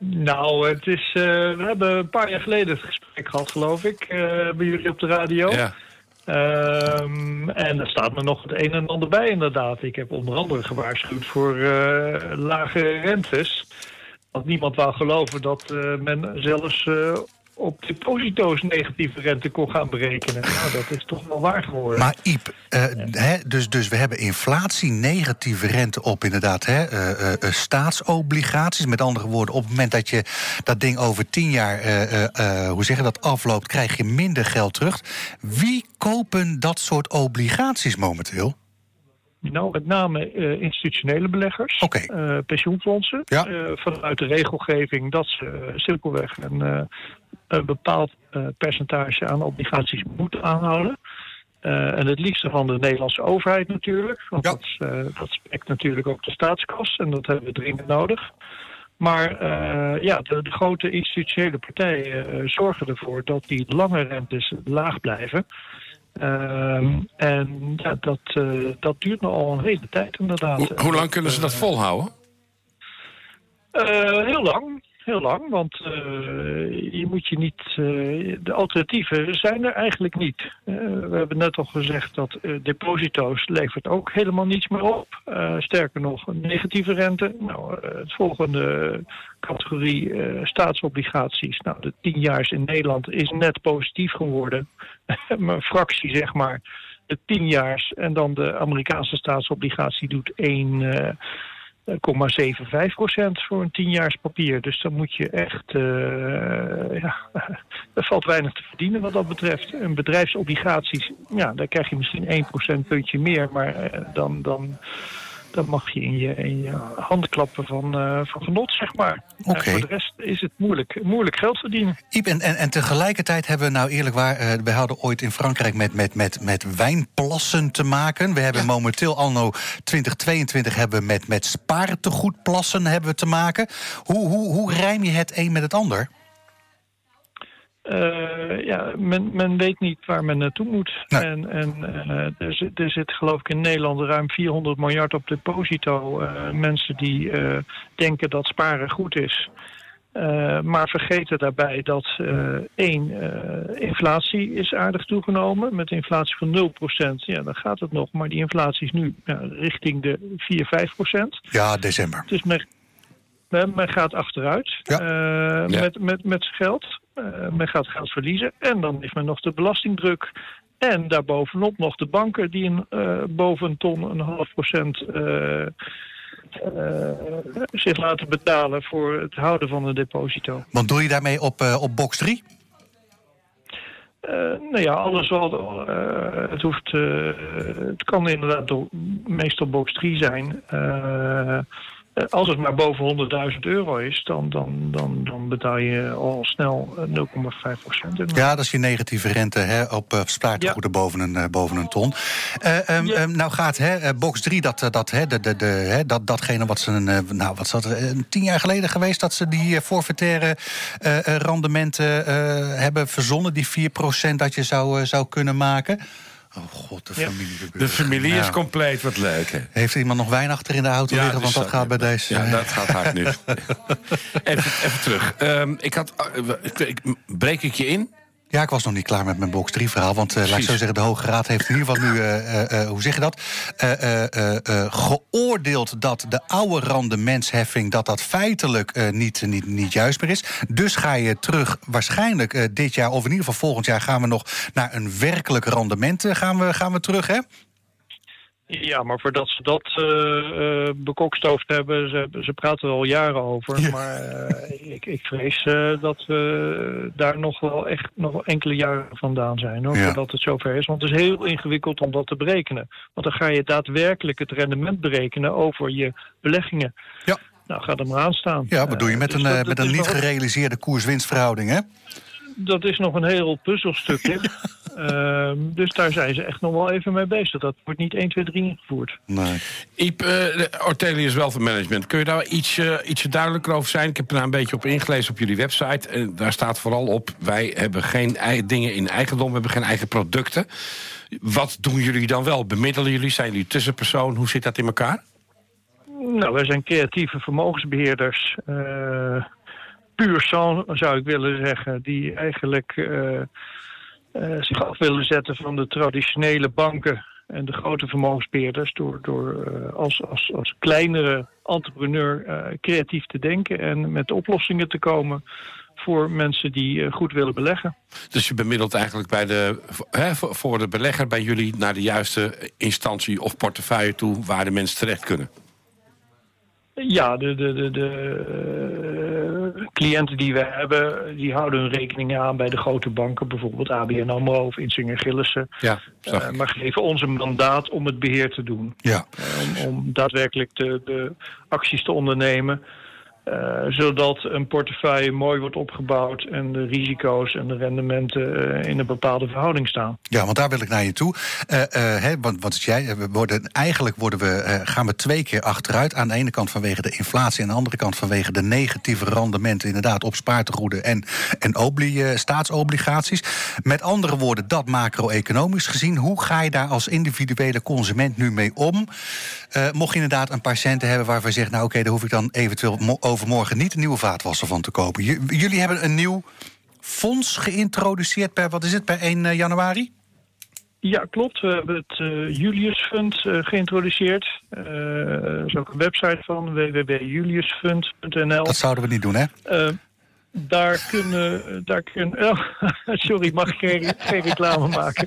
Nou, het is, uh, we hebben een paar jaar geleden het gesprek gehad, geloof ik, uh, bij jullie op de radio. Ja. Um, en er staat me nog het een en ander bij, inderdaad. Ik heb onder andere gewaarschuwd voor uh, lage rentes. Want niemand wou geloven dat uh, men zelfs uh, op deposito's negatieve rente kon gaan berekenen. Nou, dat is toch wel waar geworden. Maar Iep, uh, ja. hè, dus, dus we hebben inflatie, negatieve rente op inderdaad hè, uh, uh, staatsobligaties. Met andere woorden, op het moment dat je dat ding over tien jaar uh, uh, uh, hoe zeg je dat, afloopt, krijg je minder geld terug. Wie kopen dat soort obligaties momenteel? Nou, met name uh, institutionele beleggers, okay. uh, pensioenfondsen. Ja. Uh, vanuit de regelgeving dat ze uh, simpelweg een, uh, een bepaald uh, percentage aan obligaties moeten aanhouden. Uh, en het liefste van de Nederlandse overheid natuurlijk. Want ja. dat, uh, dat spekt natuurlijk ook de staatskas en dat hebben we dringend nodig. Maar uh, ja, de, de grote institutionele partijen uh, zorgen ervoor dat die lange rentes laag blijven. Um, en ja, dat, uh, dat duurt nog al een hele tijd inderdaad. Hoe, hoe lang kunnen ze dat volhouden? Uh, heel lang. Heel lang, want uh, je moet je niet... Uh, de alternatieven zijn er eigenlijk niet. Uh, we hebben net al gezegd dat uh, deposito's levert ook helemaal niets meer op. Uh, sterker nog, een negatieve rente. Nou, uh, het volgende categorie uh, staatsobligaties. Nou, de tienjaars in Nederland is net positief geworden. Een fractie, zeg maar. De tienjaars en dan de Amerikaanse staatsobligatie doet één... Uh, komma zevenenvijftig procent voor een tienjaars papier. Dus dan moet je echt... Uh, ja, er valt weinig te verdienen wat dat betreft. En bedrijfsobligaties, ja, daar krijg je misschien één procentpuntje meer. Maar uh, dan, dan, dan mag je in je, in je handen klappen van, uh, van genot, zeg maar. Okay. Uh, voor de rest is het moeilijk, moeilijk geld verdienen. Iep, en, en, en tegelijkertijd hebben we nou eerlijk waar... Uh, we hadden ooit in Frankrijk met, met, met, met wijnplassen te maken. We hebben ja. momenteel anno twintig tweeëntwintig hebben we met, met spaartegoedplassen hebben we te maken. Hoe, hoe, hoe rijm je het een met het ander? Uh, ja, men, men weet niet waar men naartoe moet. Nee. En, en uh, er, zit, er zit geloof ik in Nederland ruim vierhonderd miljard op deposito. Uh, mensen die uh, denken dat sparen goed is. Uh, maar vergeten daarbij dat uh, één, uh, inflatie is aardig toegenomen. Met een inflatie van nul procent, ja, dan gaat het nog. Maar die inflatie is nu ja, richting de vier, vijf procent. Ja, december. Dus men, men gaat achteruit ja. uh, ja. met, met, met zijn geld. Uh, men gaat geld verliezen. En dan heeft men nog de belastingdruk. En daarbovenop nog de banken die een, uh, boven een ton, een half procent... Uh, Uh, zich laten betalen voor het houden van een deposito. Want doe je daarmee op, uh, op box drie? Uh, nou ja, alles wat... Uh, het hoeft... Uh, het kan inderdaad do- meestal box drie zijn. Uh, als het maar boven honderdduizend euro is, dan, dan, dan, dan betaal je al snel nul komma vijf procent. Ja, dat is je negatieve rente hè, op uh, spaartegoeden ja. boven, een, uh, boven een ton. Uh, um, ja. um, nou gaat hè, uh, box drie, dat, dat, hè, de, de, de, hè, dat, datgene wat ze... Uh, nou, wat zat er, uh, tien jaar geleden geweest dat ze die uh, forfaitaire uh, uh, rendementen uh, hebben verzonnen, die vier procent dat je zou, uh, zou kunnen maken. Oh god, de familie. Ja. De familie is ja. compleet, wat leuk. Hè? Heeft er iemand nog wijn achter in de auto ja, liggen? Want dat gaat bij deze... Ja, dat gaat hard nu. even, even terug. Um, ik had, uh, ik, ik, breek ik je in? Ja, ik was nog niet klaar met mijn box drie verhaal. Want uh, laat ik zo zeggen, de Hoge Raad heeft in ieder geval nu... Uh, uh, uh, hoe zeg je dat? Uh, uh, uh, uh, geoordeeld dat de oude rendementsheffing... dat dat feitelijk uh, niet, niet, niet juist meer is. Dus ga je terug, waarschijnlijk uh, dit jaar... of in ieder geval volgend jaar gaan we nog naar een werkelijk rendement uh, gaan we, gaan we terug, hè? Ja, maar voordat ze dat uh, uh, bekokstoofd hebben, ze, ze praten er al jaren over. Ja. Maar uh, ik, ik vrees uh, dat we daar nog wel echt nog wel enkele jaren vandaan zijn. Hoor, ja. Voordat het zover is. Want het is heel ingewikkeld om dat te berekenen. Want dan ga je daadwerkelijk het rendement berekenen over je beleggingen. Ja. Nou, ga er maar aan staan. Ja, wat doe je met uh, een, dus dat, met dat een niet gerealiseerde koers-winstverhouding, hè? Dat is nog een heel puzzelstukje. uh, dus daar zijn ze echt nog wel even mee bezig. Dat wordt niet één, twee, drie ingevoerd. Nee. Iep, uh, Ortelius Wealth Management. Kun je daar iets, uh, ietsje duidelijker over zijn? Ik heb er nou een beetje op ingelezen op jullie website. En daar staat vooral op, wij hebben geen eigen dingen in eigendom. We hebben geen eigen producten. Wat doen jullie dan wel? Bemiddelen jullie? Zijn jullie tussenpersoon? Hoe zit dat in elkaar? Nou, wij zijn creatieve vermogensbeheerders... Uh, puur sang, zou ik willen zeggen, die eigenlijk uh, uh, zich af willen zetten van de traditionele banken en de grote vermogensbeheerders door, door uh, als, als, als kleinere entrepreneur uh, creatief te denken en met oplossingen te komen voor mensen die uh, goed willen beleggen. Dus je bemiddelt eigenlijk bij de, hè, voor de belegger bij jullie naar de juiste instantie of portefeuille toe waar de mensen terecht kunnen? Ja, de, de, de, de uh, cliënten die we hebben, die houden hun rekeningen aan bij de grote banken, bijvoorbeeld A B N AMRO of Insinger Gillissen. Ja, zag ik. Uh, maar geven ons een mandaat om het beheer te doen. Ja. Uh, om, om daadwerkelijk de, de acties te ondernemen. Uh, zodat een portefeuille mooi wordt opgebouwd en de risico's en de rendementen uh, in een bepaalde verhouding staan. Ja, want daar wil ik naar je toe. Uh, uh, hè, want wat is jij? We worden, eigenlijk worden we, uh, gaan we twee keer achteruit. Aan de ene kant vanwege de inflatie en aan de andere kant vanwege de negatieve rendementen inderdaad op spaartegoeden en, en obli, uh, staatsobligaties. Met andere woorden, dat macro-economisch gezien. Hoe ga je daar als individuele consument nu mee om? Uh, mocht je inderdaad een paar centen hebben waarvan je zegt, nou oké, okay, daar hoef ik dan eventueel mo- overmorgen niet een nieuwe vaatwasser van te kopen. J- jullie hebben een nieuw fonds geïntroduceerd per, wat is het, per één januari? Ja, klopt. We hebben het uh, Julius Fund uh, geïntroduceerd. Uh, er is ook een website van w w w punt julius fund punt n l. Dat zouden we niet doen, hè? Uh, daar kunnen... Daar kunnen oh, sorry, mag ik geen, geen reclame maken?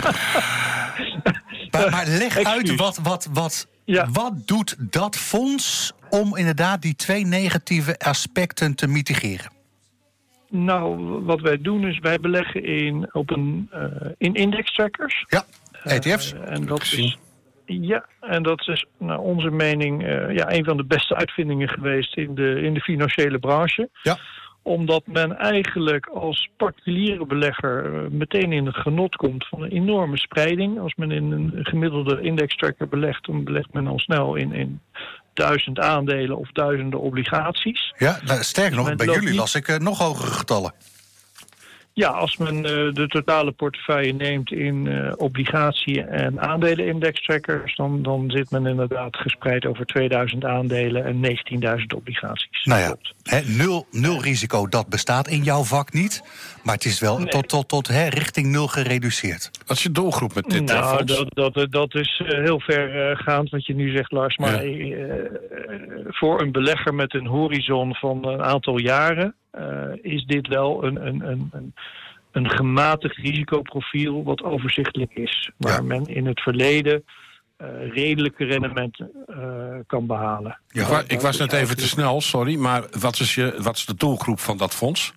maar, maar leg Excuus. uit, wat, wat, wat, Ja. wat doet dat fonds om inderdaad die twee negatieve aspecten te mitigeren? Nou, wat wij doen is wij beleggen in, op een, uh, in indextrackers. Ja, E T F's. Uh, en dat is, ja, en dat is naar onze mening uh, ja, een van de beste uitvindingen geweest in de, in de financiële branche. Ja. Omdat men eigenlijk als particuliere belegger uh, meteen in het genot komt van een enorme spreiding. Als men in een gemiddelde indextracker belegt, dan belegt men al snel in, in duizend aandelen of duizenden obligaties. Ja, nou, sterker nog, Men bij loopt jullie niet- las ik uh, nog hogere getallen. Ja, als men uh, de totale portefeuille neemt in uh, obligatie- en aandelen-indextrackers, dan, dan zit men inderdaad gespreid over tweeduizend aandelen en negentienduizend obligaties. Nou ja, Klopt. hè, nul, nul risico, dat bestaat in jouw vak niet. Maar het is wel Nee. tot, tot, tot hè, richting nul gereduceerd. Wat is je doelgroep met dit uh, Nou, fonds? dat, dat, dat is uh, heel ver uh, gaand wat je nu zegt, Lars. Maar Ja. uh, voor een belegger met een horizon van een aantal jaren uh, is dit wel een, een, een, een, een gematigd risicoprofiel wat overzichtelijk is. Waar Ja. men in het verleden uh, redelijke rendementen uh, kan behalen. Ja. ik, wa- ik dat was is net even te eigenlijk- snel, sorry. Maar wat is, je, wat is de doelgroep van dat fonds?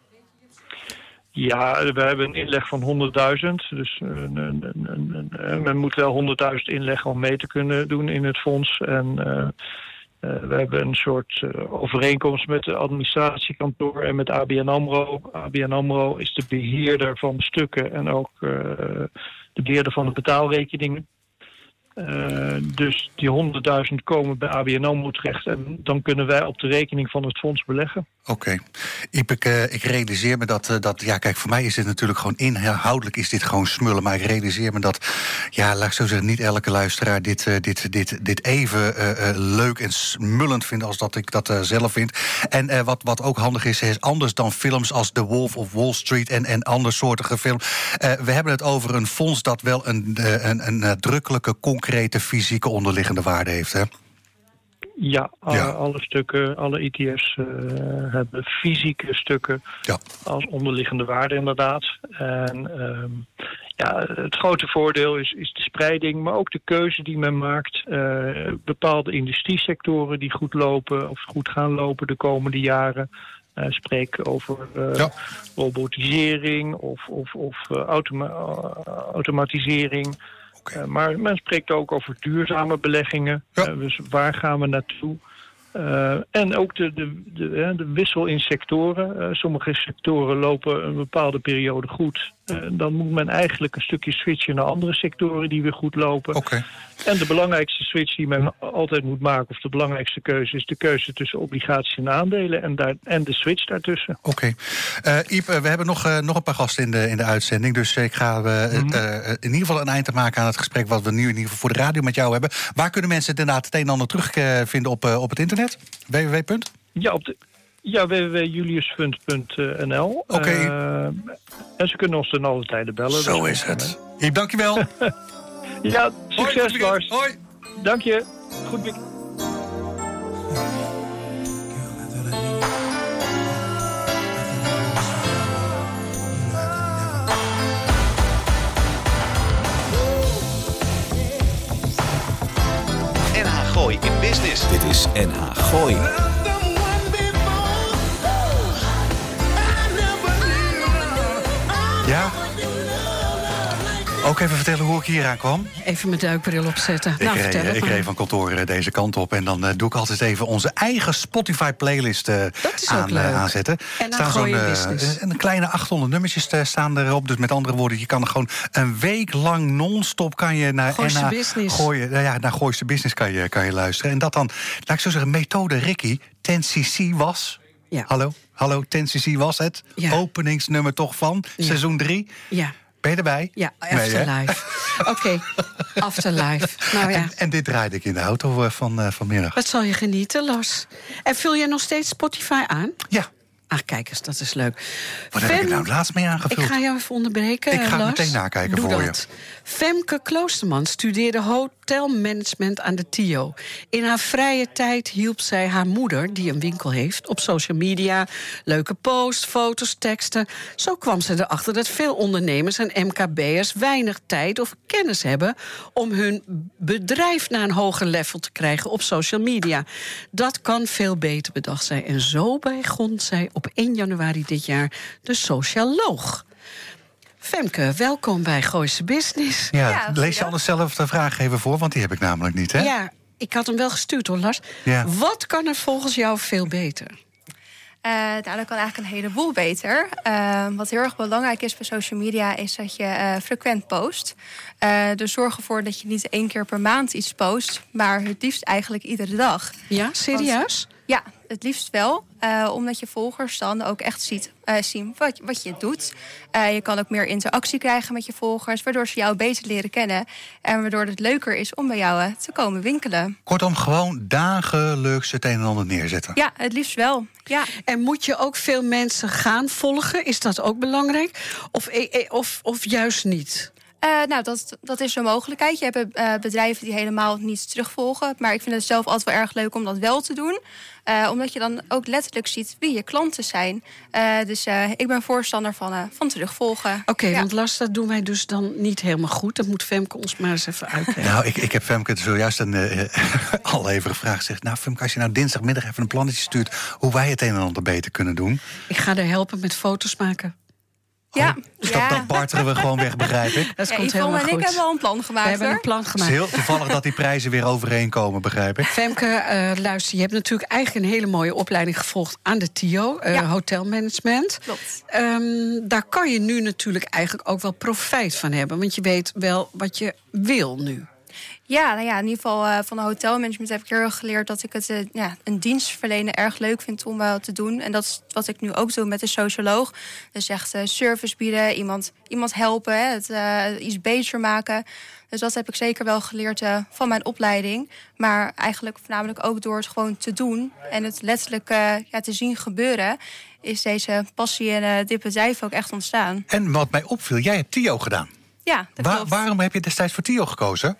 Ja, we hebben een inleg van honderdduizend. Dus een, een, een, een, een- men moet wel honderdduizend inleggen om mee te kunnen doen in het fonds. En uh, uh, we hebben een soort uh, overeenkomst met de administratiekantoor en met A B N AMRO. A B N AMRO is de beheerder van de stukken en ook uh, de beheerder van de betaalrekeningen. Uh, dus die honderdduizend komen bij A B N AMRO terecht en dan kunnen wij op de rekening van het fonds beleggen. Oké. Okay. Iep, ik, uh, ik realiseer me dat, uh, dat... Ja, kijk, voor mij is dit natuurlijk gewoon inhoudelijk is dit gewoon smullen. Maar ik realiseer me dat, ja, laat ik zo zeggen, niet elke luisteraar dit, uh, dit, dit, dit even uh, uh, leuk en smullend vindt als dat ik dat uh, zelf vind. En uh, wat, wat ook handig is, is anders dan films als The Wolf of Wall Street en, en andersoortige films. Uh, we hebben het over een fonds dat wel een, uh, een, een nadrukkelijke, concrete, fysieke onderliggende waarde heeft, hè? Ja, alle, Ja. alle stukken, alle E T F's uh, hebben fysieke stukken Ja. als onderliggende waarde inderdaad. En um, ja, het grote voordeel is, is de spreiding, maar ook de keuze die men maakt. Uh, bepaalde industriesectoren die goed lopen of goed gaan lopen de komende jaren. Uh, spreek over uh, Ja. robotisering of, of, of uh, automa- uh, automatisering. Oké. Uh, maar men spreekt ook over duurzame beleggingen. Ja. Uh, dus waar gaan we naartoe? Uh, en ook de, de, de, de wissel in sectoren. Uh, sommige sectoren lopen een bepaalde periode goed. Uh, dan moet men eigenlijk een stukje switchen naar andere sectoren die weer goed lopen. Oké. Okay. En de belangrijkste switch die men altijd moet maken, of de belangrijkste keuze, is de keuze tussen obligaties en aandelen en, daar, en de switch daartussen. Oké. Okay. Uh, Iep, uh, we hebben nog, uh, nog een paar gasten in de, in de uitzending. Dus ik ga uh, mm-hmm. uh, in ieder geval een eind te maken aan het gesprek wat we nu in ieder geval voor de radio met jou hebben. Waar kunnen mensen inderdaad het een en ander terugvinden uh, op, uh, op het internet? w w w. Ja, op de, Ja, w w w punt juliusfund punt n l. Oké. Okay. Uh, en ze kunnen ons dan alle tijden bellen. Zo dus is het. Iep, dankjewel. Ja, succes Hoi, Lars. Hoi. Dank je. Goed weekend. N H Gooi in Business. Dit is N H Gooi. Ja? Ook even vertellen hoe ik hier aankwam. Even mijn duikbril opzetten. Ik, nou, reed, ik reed van kantoor deze kant op. En dan uh, doe ik altijd even onze eigen Spotify-playlist uh, aan, uh, aanzetten. En dan gooi je business. Uh, een kleine achthonderd nummertjes uh, staan erop. Dus met andere woorden, je kan er gewoon een week lang non-stop kan je naar Gooise Business. Gooien, uh, ja, naar Gooise Business kan je, kan je luisteren. En dat dan, laat ik zo zeggen, methode Ricky, ten C C was. Ja. Hallo, hallo, ten C C was het. Ja. Openingsnummer toch van ja. seizoen drie. Ja. Ben je erbij? Ja, Afterlife. Nee, Oké, okay. Afterlife. Nou ja. En, en dit draaide ik in de auto van uh, vanmiddag. Wat zal je genieten, Lars? En vul je nog steeds Spotify aan? Ja. Ach, kijk eens, dat is leuk. Wat Fem... heb ik nou het laatst mee aangevuld? Ik ga jou even onderbreken, Ik ga Lars. meteen nakijken Doe voor dat. je. Femke Kloosterman studeerde hotelmanagement aan de T I O. In haar vrije tijd hielp zij haar moeder, die een winkel heeft, op social media. Leuke posts, foto's, teksten. Zo kwam ze erachter dat veel ondernemers en M K B'ers weinig tijd of kennis hebben om hun bedrijf naar een hoger level te krijgen op social media. Dat kan veel beter, bedacht zij. En zo begon zij op één januari dit jaar de Socialoog. Femke, welkom bij Gooise Business. Ja, ja, lees je anders zelf de vraag even voor, want die heb ik namelijk niet, hè? Ja, ik had hem wel gestuurd hoor, Lars. Ja. Wat kan er volgens jou veel beter? Uh, nou, dat kan eigenlijk een heleboel beter. Uh, wat heel erg belangrijk is bij social media is dat je uh, frequent post. Uh, dus zorg ervoor dat je niet één keer per maand iets post, maar het liefst eigenlijk iedere dag. Ja, serieus? Want, ja, het liefst wel. Uh, omdat je volgers dan ook echt ziet, uh, zien wat, wat je doet. Uh, je kan ook meer interactie krijgen met je volgers, waardoor ze jou beter leren kennen. En waardoor het leuker is om bij jou uh, te komen winkelen. Kortom, gewoon dagelijks het een en ander neerzetten. Ja, het liefst wel. Ja. En moet je ook veel mensen gaan volgen? Is dat ook belangrijk? Of, of, of juist niet? Uh, nou, dat, dat is een mogelijkheid. Je hebt uh, bedrijven die helemaal niet terugvolgen. Maar ik vind het zelf altijd wel erg leuk om dat wel te doen. Uh, omdat je dan ook letterlijk ziet wie je klanten zijn. Uh, dus uh, ik ben voorstander van, uh, van terugvolgen. Oké, okay, ja. want Lars, dat doen wij dus dan niet helemaal goed. Dat moet Femke ons maar eens even uitleggen. Nou, ik, ik heb Femke zojuist een, uh, al even gevraagd. Zegt, nou Femke, als je nou dinsdagmiddag even een plannetje stuurt hoe wij het een en ander beter kunnen doen. Ik ga er helpen met foto's maken. Ja, dus ja. Dat, dat barteren we gewoon weg, begrijp ik. Dat ja, komt Yvonne helemaal en goed. ik hebben al een plan gemaakt. We hebben hoor. een plan gemaakt. Het is heel toevallig dat die prijzen weer overeenkomen, begrijp ik. Femke, uh, luister, je hebt natuurlijk eigenlijk een hele mooie opleiding gevolgd aan de T I O, uh, ja. hotelmanagement. Klopt. Um, daar kan je nu natuurlijk eigenlijk ook wel profijt van hebben, want je weet wel wat je wil nu. Ja, nou ja, in ieder geval uh, van de hotelmanagement heb ik heel erg geleerd dat ik het uh, ja, een dienstverlenen erg leuk vind om uh, te doen. En dat is wat ik nu ook doe met de socioloog. Dus echt uh, service bieden, iemand, iemand helpen, hè, het uh, iets beter maken. Dus dat heb ik zeker wel geleerd uh, van mijn opleiding. Maar eigenlijk voornamelijk ook door het gewoon te doen en het letterlijk uh, ja, te zien gebeuren, is deze passie en uh, dit bedrijf ook echt ontstaan. En wat mij opviel, jij hebt T I O gedaan. Ja, dat Waar, klopt. Waarom heb je destijds voor T I O gekozen?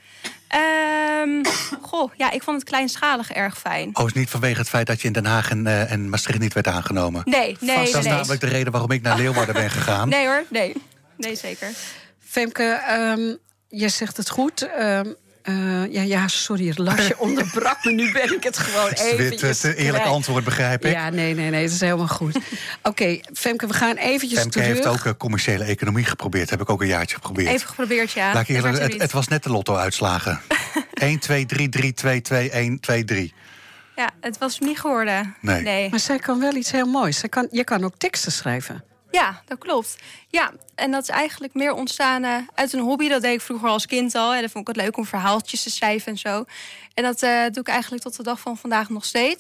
Um, goh, ja, ik vond het kleinschalig erg fijn. Oh, is niet vanwege het feit dat je in Den Haag en, uh, en Maastricht niet werd aangenomen? Nee, nee, Vast, dat is nee. namelijk de reden waarom ik naar Leeuwarden ben gegaan. Nee hoor, nee. Nee, zeker. Femke, um, jij zegt het goed. Um, Uh, ja, ja, sorry, Lars, je onderbrak me. Nu ben ik het gewoon eventjes Het te eerlijk antwoord, begrijp ik. Ja, nee, nee, nee, het is helemaal goed. Oké, okay, Femke, we gaan eventjes Femke terug. heeft ook uh, commerciële economie geprobeerd. Heb ik ook een jaartje geprobeerd. Even geprobeerd, ja. Laat ik eerlijk, het, het was net de lotto-uitslagen. een, twee, drie, drie, twee, twee, een, twee, drie. Ja, het was niet geworden. Nee. nee. Maar zij kan wel iets heel moois. Zij kan, je kan ook teksten schrijven. Ja, dat klopt. Ja, en dat is eigenlijk meer ontstaan uh, uit een hobby. Dat deed ik vroeger als kind al. En dan vond ik het leuk om verhaaltjes te schrijven en zo. En dat uh, doe ik eigenlijk tot de dag van vandaag nog steeds.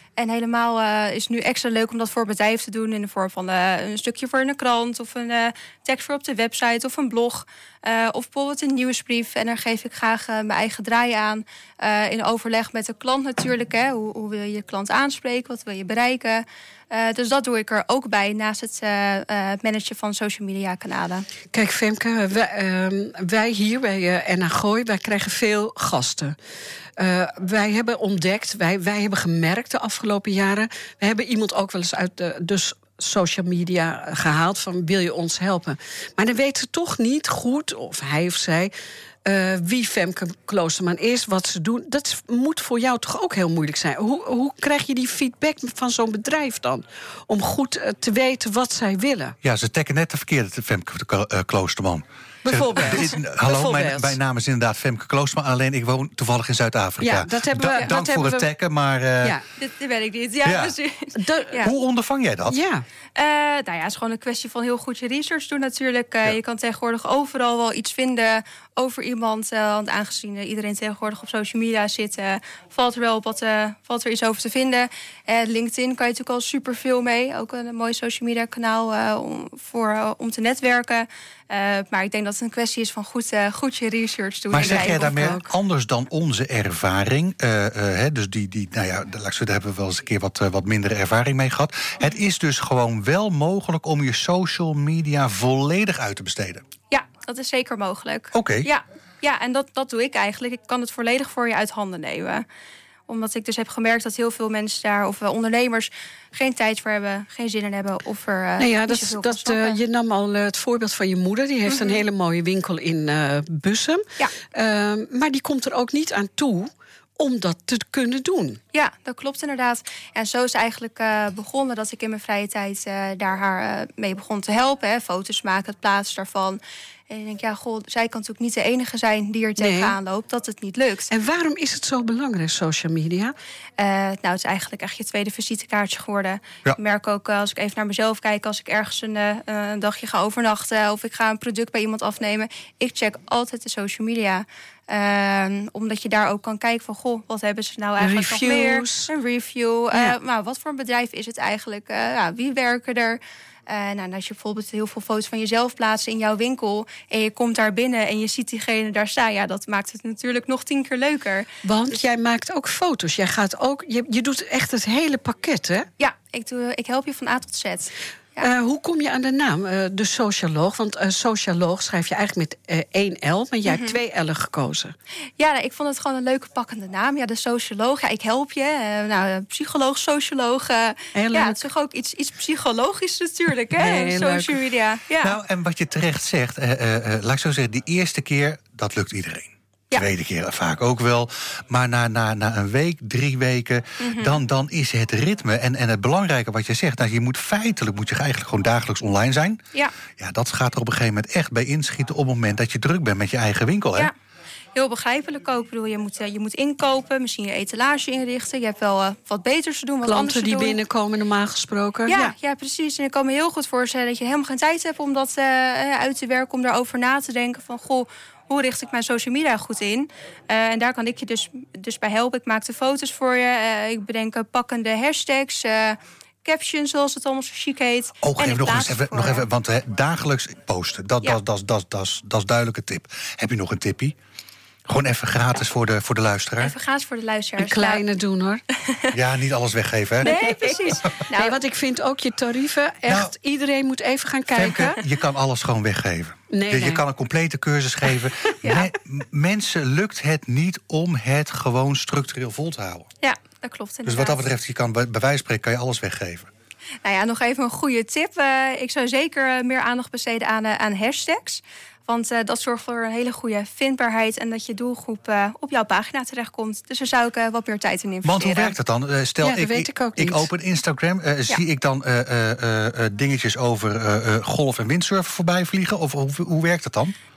En helemaal uh, is het nu extra leuk om dat voor bedrijven te doen in de vorm van uh, een stukje voor een krant of een uh, tekst voor op de website of een blog. Uh, of bijvoorbeeld een nieuwsbrief. En daar geef ik graag uh, mijn eigen draai aan. Uh, in overleg met de klant natuurlijk. Hè. Hoe, hoe wil je je klant aanspreken? Wat wil je bereiken? Uh, dus dat doe ik er ook bij naast het uh, uh, managen van social media kanalen. Kijk Femke, wij, uh, wij hier bij uh, N H Gooi, wij krijgen veel gasten. Uh, wij hebben ontdekt, wij, wij hebben gemerkt de afgelopen jaren. We hebben iemand ook wel eens uit de... Dus social media gehaald van wil je ons helpen. Maar dan weten ze toch niet goed, of hij of zij... Uh, wie Femke Kloosterman is, wat ze doen. Dat moet voor jou toch ook heel moeilijk zijn. Hoe, hoe krijg je die feedback van zo'n bedrijf dan? Om goed uh, te weten wat zij willen. Ja, ze tekken net de verkeerde Femke uh, Kloosterman. Bijvoorbeeld. Zeg, hallo, Bijvoorbeeld. Mijn, mijn naam is inderdaad Femke Kloosterman. Alleen ik woon toevallig in Zuid-Afrika. Ja, dat hebben we, da- dat dank hebben voor het we... taggen, maar... Uh, ja. Dit, dit weet ik niet. Ja, ja. Dus, De, ja. Hoe ondervang jij dat? Ja. Uh, nou ja, het is gewoon een kwestie van heel goed je research doen natuurlijk. Uh, Ja. Je kan tegenwoordig overal wel iets vinden over iemand. Uh, want aangezien uh, iedereen tegenwoordig op social media zit... Uh, valt er wel op wat, uh, valt er iets over te vinden. Uh, LinkedIn kan je natuurlijk al superveel mee. Ook een, een mooi social media kanaal uh, om, voor, uh, om te netwerken. Uh, maar ik denk dat het een kwestie is van goed, uh, goed je research doen. Maar En zeg wij jij ook. daarmee ook. anders dan onze ervaring? Uh, uh, hè, dus die, die, nou ja, daar hebben we wel eens een keer wat, uh, wat minder ervaring mee gehad. Het is dus gewoon wel mogelijk om je social media volledig uit te besteden. Ja, dat is zeker mogelijk. Oké. Okay. Ja, ja, en dat, dat doe ik eigenlijk. Ik kan het volledig voor je uit handen nemen. Omdat ik dus heb gemerkt dat heel veel mensen daar... of uh, ondernemers geen tijd voor hebben, geen zin in hebben... of er uh, Nou ja, niet dat, zoveel dat, van snappen. uh, je nam al uh, het voorbeeld van je moeder. Die heeft Mm-hmm. een hele mooie winkel in uh, Bussum. Ja. Uh, maar die komt er ook niet aan toe om dat te kunnen doen. Ja, dat klopt inderdaad. En zo is het eigenlijk uh, begonnen dat ik in mijn vrije tijd uh, daar haar uh, mee begon te helpen. Hè, foto's maken, het plaatsen daarvan. En ik denk, ja, goh, zij kan natuurlijk niet de enige zijn die er tegenaan loopt, dat het niet lukt. En waarom is het zo belangrijk, social media? Uh, nou, het is eigenlijk echt je tweede visitekaartje geworden. Ja. Ik merk ook, uh, als ik even naar mezelf kijk... als ik ergens een, uh, een dagje ga overnachten... of ik ga een product bij iemand afnemen... ik check altijd de social media. Uh, omdat je daar ook kan kijken van... goh, wat hebben ze nou eigenlijk nog meer? Reviews. Een review. Uh, Ja. nou, wat voor een bedrijf is het eigenlijk? Uh, ja, wie werken er? Uh, nou, en als je bijvoorbeeld heel veel foto's van jezelf plaatst in jouw winkel... en je komt daar binnen en je ziet diegene daar staan... ja, dat maakt het natuurlijk nog tien keer leuker. Want Dus- jij maakt ook foto's. Jij gaat ook, je, je doet echt het hele pakket, hè? Ja, ik, doe, ik help je van A tot Z. Ja. Uh, hoe kom je aan de naam, uh, de socioloog? Want uh, socioloog schrijf je eigenlijk met uh, één L... maar jij hebt twee L'en gekozen. Ja, nou, ik vond het gewoon een leuke pakkende naam. Ja, de socioloog. Ja, ik help je. Uh, nou, psycholoog, socioloog. Uh, Heel ja, leuk. het is toch ook iets, iets psychologisch natuurlijk, hè? Heel Social leuk. media. Ja. Nou, en wat je terecht zegt, uh, uh, uh, laat ik zo zeggen, die eerste keer, dat lukt iedereen. Ja. Tweede keer vaak ook wel. Maar na, na, na een week, drie weken, Mhm. dan, dan is het ritme. En, en het belangrijke wat je zegt, nou, je moet feitelijk moet je eigenlijk gewoon dagelijks online zijn. Ja. Ja, dat gaat er op een gegeven moment echt bij inschieten op het moment dat je druk bent met je eigen winkel. Hè? Ja. Heel begrijpelijk ook. Ik bedoel, je moet, uh, je moet inkopen, misschien je etalage inrichten. Je hebt wel uh, wat beters te doen, wat anders Klanten te die doen. binnenkomen normaal gesproken. Ja, ja. precies. En ik kan me heel goed voorstellen dat je helemaal geen tijd hebt om dat uh, uit te werken, om daarover na te denken van goh, hoe richt ik mijn social media goed in? Uh, en daar kan ik je dus, dus bij helpen. Ik maak de foto's voor je. Uh, ik bedenk uh, pakkende hashtags, uh, captions, zoals het allemaal zo chic heet. Oh, En even ik nog plaats eens even, het voor nog je. even want hè, dagelijks posten, dat, Ja. dat, dat, dat, dat, is- dat is duidelijke tip. Heb je nog een tippie? Gewoon even gratis voor de, voor de luisteraar. Even gaas voor de Een luisteraars. kleine doen, hoor. Ja, niet alles weggeven, hè? Nou, nee, precies. Nou, Nee, want ik vind ook je tarieven echt... Nou, iedereen moet even gaan kijken. Femke, je kan alles gewoon weggeven. Nee, je, je nee. kan een complete cursus geven. Ja. Me- m- mensen lukt het niet om het gewoon structureel vol te houden. ja, dat klopt inderdaad. Dus wat dat betreft, je kan, bij bij wijze van spreken kan je alles weggeven. Nou ja, nog even een goede tip. Uh, ik zou zeker uh, meer aandacht besteden aan, uh, aan hashtags. Want uh, dat zorgt voor een hele goede vindbaarheid... en dat je doelgroep uh, op jouw pagina terechtkomt. Dus daar zou ik uh, wat meer tijd in investeren. Want hoe werkt dat dan? Uh, stel, Ja, dat weet ik ook niet. ik open Instagram. Uh, Zie ik dan uh, uh, uh, dingetjes over uh, uh, golf- en windsurfen voorbij vliegen? Of hoe, hoe werkt dat dan?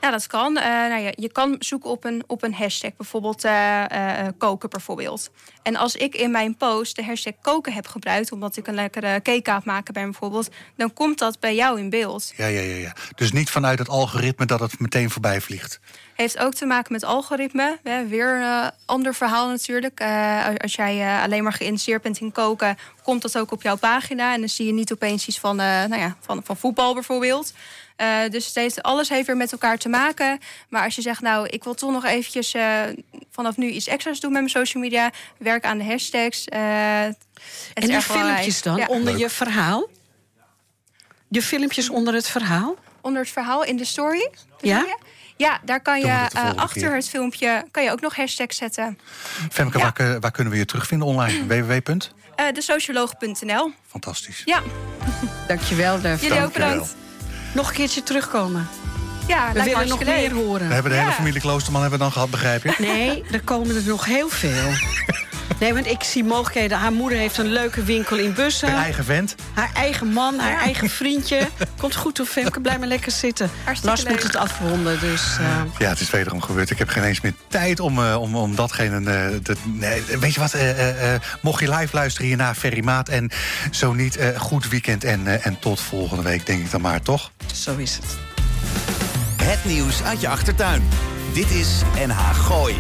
Ja, dat kan. Uh, nou ja, je kan zoeken op een, op een hashtag. Bijvoorbeeld uh, uh, koken bijvoorbeeld. En als ik in mijn post de hashtag koken heb gebruikt... omdat ik een lekkere cake aan het maken ben bijvoorbeeld... dan komt dat bij jou in beeld. Ja, ja, ja, ja. Dus niet vanuit het algoritme dat het meteen voorbij vliegt. Heeft ook te maken met algoritme. Hè. Weer een uh, ander verhaal natuurlijk. Uh, als jij uh, alleen maar geïnteresseerd bent in koken... komt dat ook op jouw pagina. En dan zie je niet opeens iets van, uh, nou ja, van, van voetbal bijvoorbeeld... Uh, dus het heeft, alles heeft weer met elkaar te maken. Maar als je zegt, nou, ik wil toch nog eventjes uh, vanaf nu iets extra's doen met mijn social media. Werk aan de hashtags. Uh, en die filmpjes dan, ja. onder je verhaal? De filmpjes onder het verhaal? Onder het verhaal in de story? Ja. Ja, daar kan je uh, achter keer. het filmpje kan je ook nog hashtags zetten. Femke, ja. waar, waar kunnen we je terugvinden online? w w w punt Uh, de socioloog punt n l. Fantastisch. Ja. Dankjewel, Def. Jullie ook bedankt. Nog een keertje terugkomen. Ja, we willen nog meer horen. We hebben de ja. hele familie Kloosterman hebben we dan gehad, begrijp je? Nee, er komen er nog heel veel. Nee, want ik zie mogelijkheden. Haar moeder heeft een leuke winkel in Bussen. Haar eigen vent. Haar eigen man, haar ja. eigen vriendje. Komt goed hoor, Femke. Blijf maar lekker zitten. Hartstikke Lars leuk. moet het afronden, dus... Uh... Ja, het is wederom gebeurd. Ik heb geen eens meer tijd om, uh, om, om datgene... Uh, dat, nee, weet je wat, uh, uh, mocht je live luisteren hierna, Ferry Maat. En zo niet, uh, goed weekend en, uh, en tot volgende week, denk ik dan maar, toch? Zo is het. Het nieuws uit je achtertuin. Dit is N H Gooi.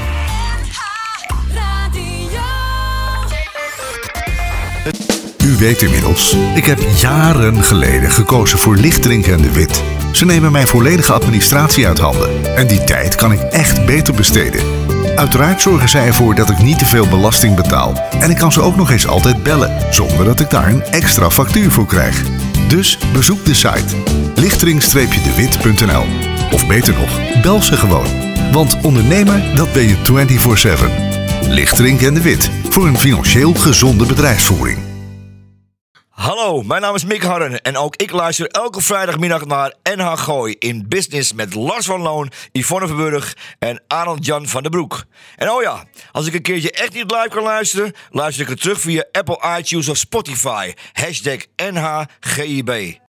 U weet inmiddels, ik heb jaren geleden gekozen voor Lichtdrink en de Wit. Ze nemen mijn volledige administratie uit handen. En die tijd kan ik echt beter besteden. Uiteraard zorgen zij ervoor dat ik niet te veel belasting betaal. En ik kan ze ook nog eens altijd bellen, zonder dat ik daar een extra factuur voor krijg. Dus bezoek de site lichtdrink de wit punt n l. Of beter nog, bel ze gewoon. Want ondernemer, dat ben je vierentwintig zeven. Lichtdrink en de Wit, voor een financieel gezonde bedrijfsvoering. Hallo, mijn naam is Mick Harren en ook ik luister elke vrijdagmiddag naar N H Gooi in Business met Lars van Loon, Yvonne Verburg en Arnold Jan van den Broek. En oh ja, als ik een keertje echt niet live kan luisteren, luister ik het terug via Apple iTunes of Spotify. Hashtag N H G I B.